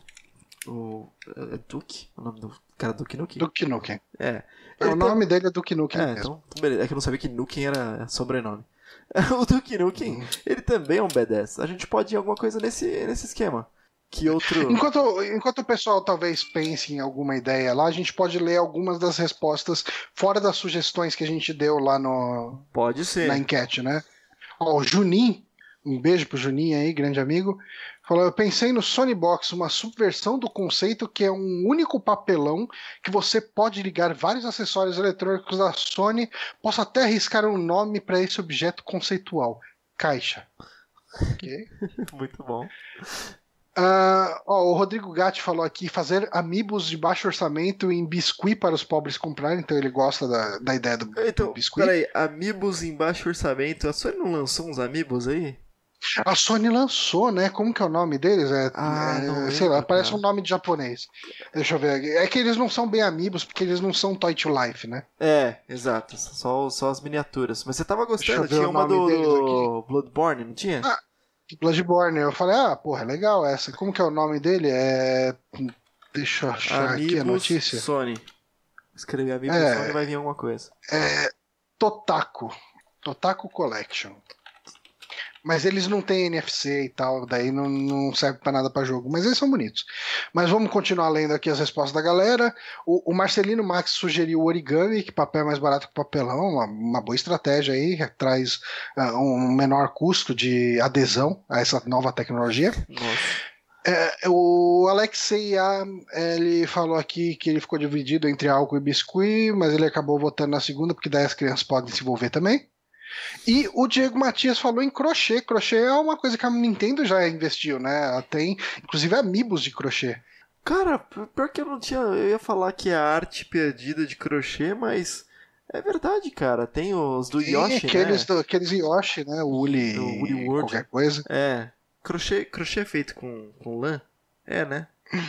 Duke? O nome do cara Duke Nukem? Duke Nukem. O nome dele é Duke Nukem mesmo. Então, beleza. É que eu não sabia que Nukem era sobrenome. O Duke Nukem, ele também é um B10. A gente pode ir alguma coisa nesse esquema. Que outro... Enquanto o pessoal talvez pense em alguma ideia lá, a gente pode ler algumas das respostas fora das sugestões que a gente deu lá Pode ser. na enquete, né? O Juninho, um beijo pro Juninho aí, grande amigo, falou: eu pensei no Sony Box, uma subversão do conceito que é um único papelão que você pode ligar vários acessórios eletrônicos da Sony, posso até arriscar um nome para esse objeto conceitual: caixa. Ok? Muito bom. O Rodrigo Gatti falou aqui: fazer amiibos de baixo orçamento em biscuit para os pobres comprarem, então ele gosta da ideia do biscuit. Peraí, amiibos em baixo orçamento, a Sony não lançou uns amiibos aí? A Sony lançou, né? Como que é o nome deles? Sei lá, parece um nome de japonês. Deixa eu ver aqui. É que eles não são bem amiibos, porque eles não são Toy to Life, né? Exato. Só as miniaturas. Mas você tava gostando, tinha uma do Bloodborne, não tinha? Bloodborne, eu falei, porra, é legal essa. Como que é o nome dele? Deixa eu achar aqui a notícia. Sony. Escrever Amiibos Sony vai vir alguma coisa. Totaku Collection. Mas eles não têm NFC e tal, daí não serve pra nada pra jogo. Mas eles são bonitos. Mas vamos continuar lendo aqui as respostas da galera. O Marcelino Max sugeriu o origami, que papel é mais barato que papelão. Uma boa estratégia aí, traz um menor custo de adesão a essa nova tecnologia. Nossa. O Alexei ele falou aqui que ele ficou dividido entre álcool e biscuit, mas ele acabou votando na segunda, porque daí as crianças podem se envolver também. E o Diego Matias falou em crochê. Crochê é uma coisa que a Nintendo já investiu, né? Ela tem, inclusive, amiibos de crochê. Cara, pior que eu não tinha... Eu ia falar que é a arte perdida de crochê, mas... É verdade, cara. Tem os do Yoshi, aqueles Yoshi, né? O Uli World. Qualquer coisa. Crochê feito com lã? Né?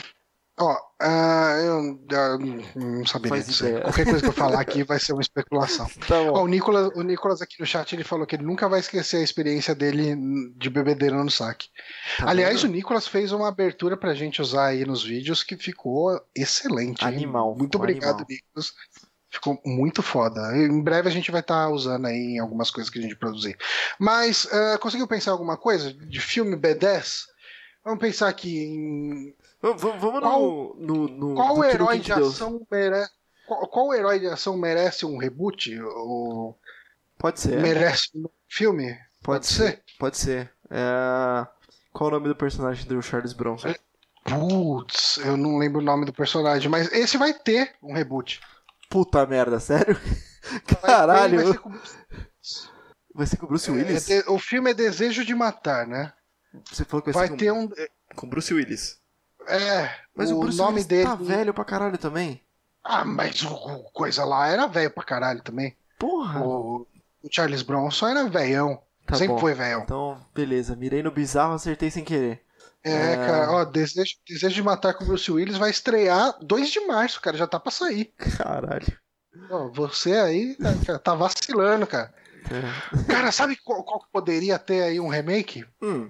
Eu não saberia dizer. Qualquer coisa que eu falar aqui vai ser uma especulação. Tá bom. O Nicolas aqui no chat, ele falou que ele nunca vai esquecer a experiência dele de bebedeira no saque. Aliás, o Nicolas fez uma abertura pra gente usar aí nos vídeos que ficou excelente. Animal. Muito obrigado, Nicolas. Ficou muito foda. Em breve a gente vai estar usando aí em algumas coisas que a gente produzir. Mas, conseguiu pensar em alguma coisa de filme B10? Vamos pensar aqui em... Vamos no qual herói de ação merece? Qual herói de ação merece um reboot? Pode ser. Merece um filme? Pode ser? Pode ser. Qual o nome do personagem do Charles Bronson? Putz, eu não lembro o nome do personagem, mas esse vai ter um reboot. Puta merda, sério? Caralho! Vai ser com o Bruce Willis? O filme é Desejo de Matar, né? Você falou que vai ter com Bruce Willis. Mas o Bruce nome Willis dele tá velho pra caralho também. Mas o coisa lá era velho pra caralho também. Porra! O Charles Bronson era velhão. Tá Sempre bom. foi velhão. Então, beleza. Mirei no bizarro, acertei sem querer. Cara, ó, Desejo de Matar com Bruce Willis vai estrear 2 de março, cara, já tá pra sair. Caralho. Ó, você aí tá vacilando, cara. Cara, sabe qual que poderia ter aí um remake?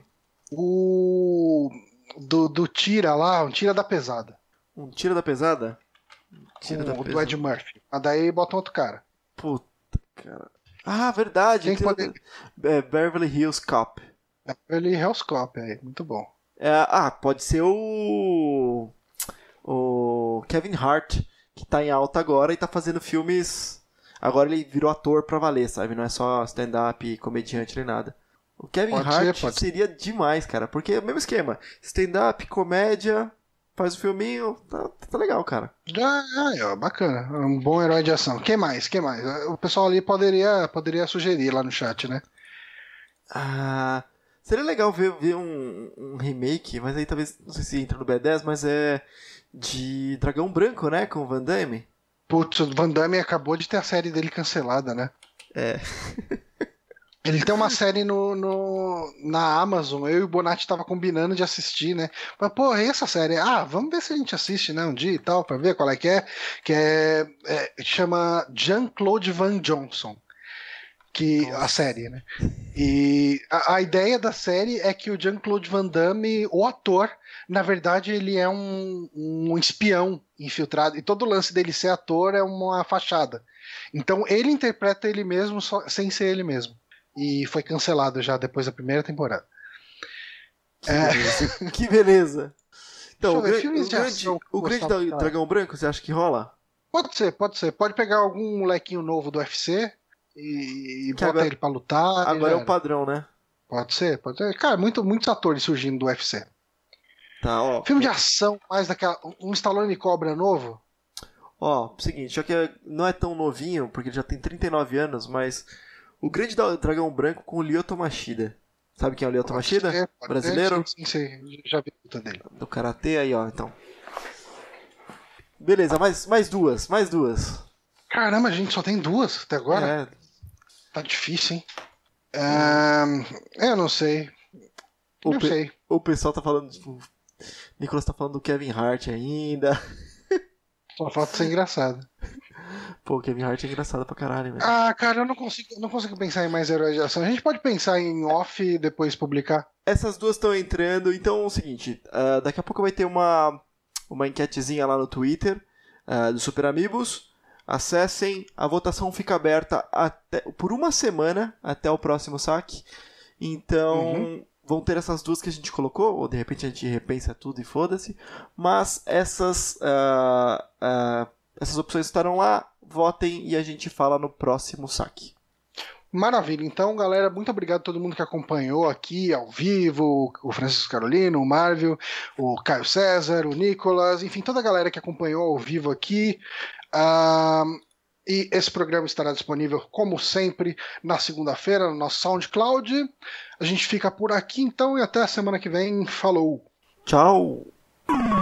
O do Tira lá, um Tira da Pesada. Um Tira da Pesada? Tira da Do Pesada. Ed Murphy. Mas daí bota um outro cara. Puta, cara. Ah, verdade. Quem pode... Beverly Hills Cop. Beverly Hills Cop aí, muito bom. Pode ser o Kevin Hart, que tá em alta agora e tá fazendo filmes. Agora ele virou ator pra valer, sabe? Não é só stand-up, comediante nem nada. O Kevin Hart seria demais, cara, porque é o mesmo esquema. Stand-up, comédia, faz o filminho, tá legal, cara. Bacana. Um bom herói de ação. Quem mais? O pessoal ali poderia sugerir lá no chat, né? Seria legal ver um remake, mas aí talvez, não sei se entra no B10, mas é de Dragão Branco, né, com o Van Damme. Putz, o Van Damme acabou de ter a série dele cancelada, né? Ele tem uma série na Amazon, eu e o Bonatti tava combinando de assistir, né? Mas, porra, e essa série? Vamos ver se a gente assiste, né, um dia e tal, pra ver qual é. Que chama Jean-Claude Van Johnson. A série, né? E a ideia da série é que o Jean-Claude Van Damme, o ator, na verdade ele é um espião infiltrado, e todo o lance dele ser ator é uma fachada. Então ele interpreta ele mesmo sem ser ele mesmo. E foi cancelado já depois da primeira temporada. Que beleza! Então, o grande Dragão Branco, você acha que rola? Pode ser. Pode pegar algum molequinho novo do UFC e bota agora, ele pra lutar. Agora é o padrão, né? Pode ser. Cara, muitos atores surgindo do UFC. Tá, ó. Filme de ação, mais daquela. Um Stallone Cobra novo. Ó, seguinte, já que não é tão novinho, porque ele já tem 39 anos, mas o grande Dragão Branco com o Lyoto Machida. Sabe quem é o Lyoto Machida? Brasileiro? Sim, já vi a luta dele. Do Karatê aí, ó, então. Beleza, mais duas. Caramba, a gente só tem 2 até agora? Tá difícil, hein? Eu não sei. O pessoal tá falando, tipo, Nicolas tá falando do Kevin Hart ainda. Só falta ser engraçado. Pô, o Kevin Hart é engraçado pra caralho, velho. Cara, eu não consigo pensar em mais heróis de ação. A gente pode pensar em off e depois publicar? Essas duas estão entrando, então é o seguinte, daqui a pouco vai ter uma enquetezinha lá no Twitter do Super Amigos. Acessem, a votação fica aberta por uma semana até o próximo saque. Então, vão ter essas duas que a gente colocou, ou de repente a gente repensa tudo e foda-se. Mas essas opções estarão lá, votem e a gente fala no próximo saque. Maravilha, então galera, muito obrigado a todo mundo que acompanhou aqui ao vivo, o Francisco Carolino, o Marvel, o Caio César, o Nicolas, enfim, toda a galera que acompanhou ao vivo aqui. E esse programa estará disponível, como sempre, na segunda-feira no nosso SoundCloud. A gente fica por aqui então e até a semana que vem. Falou! Tchau!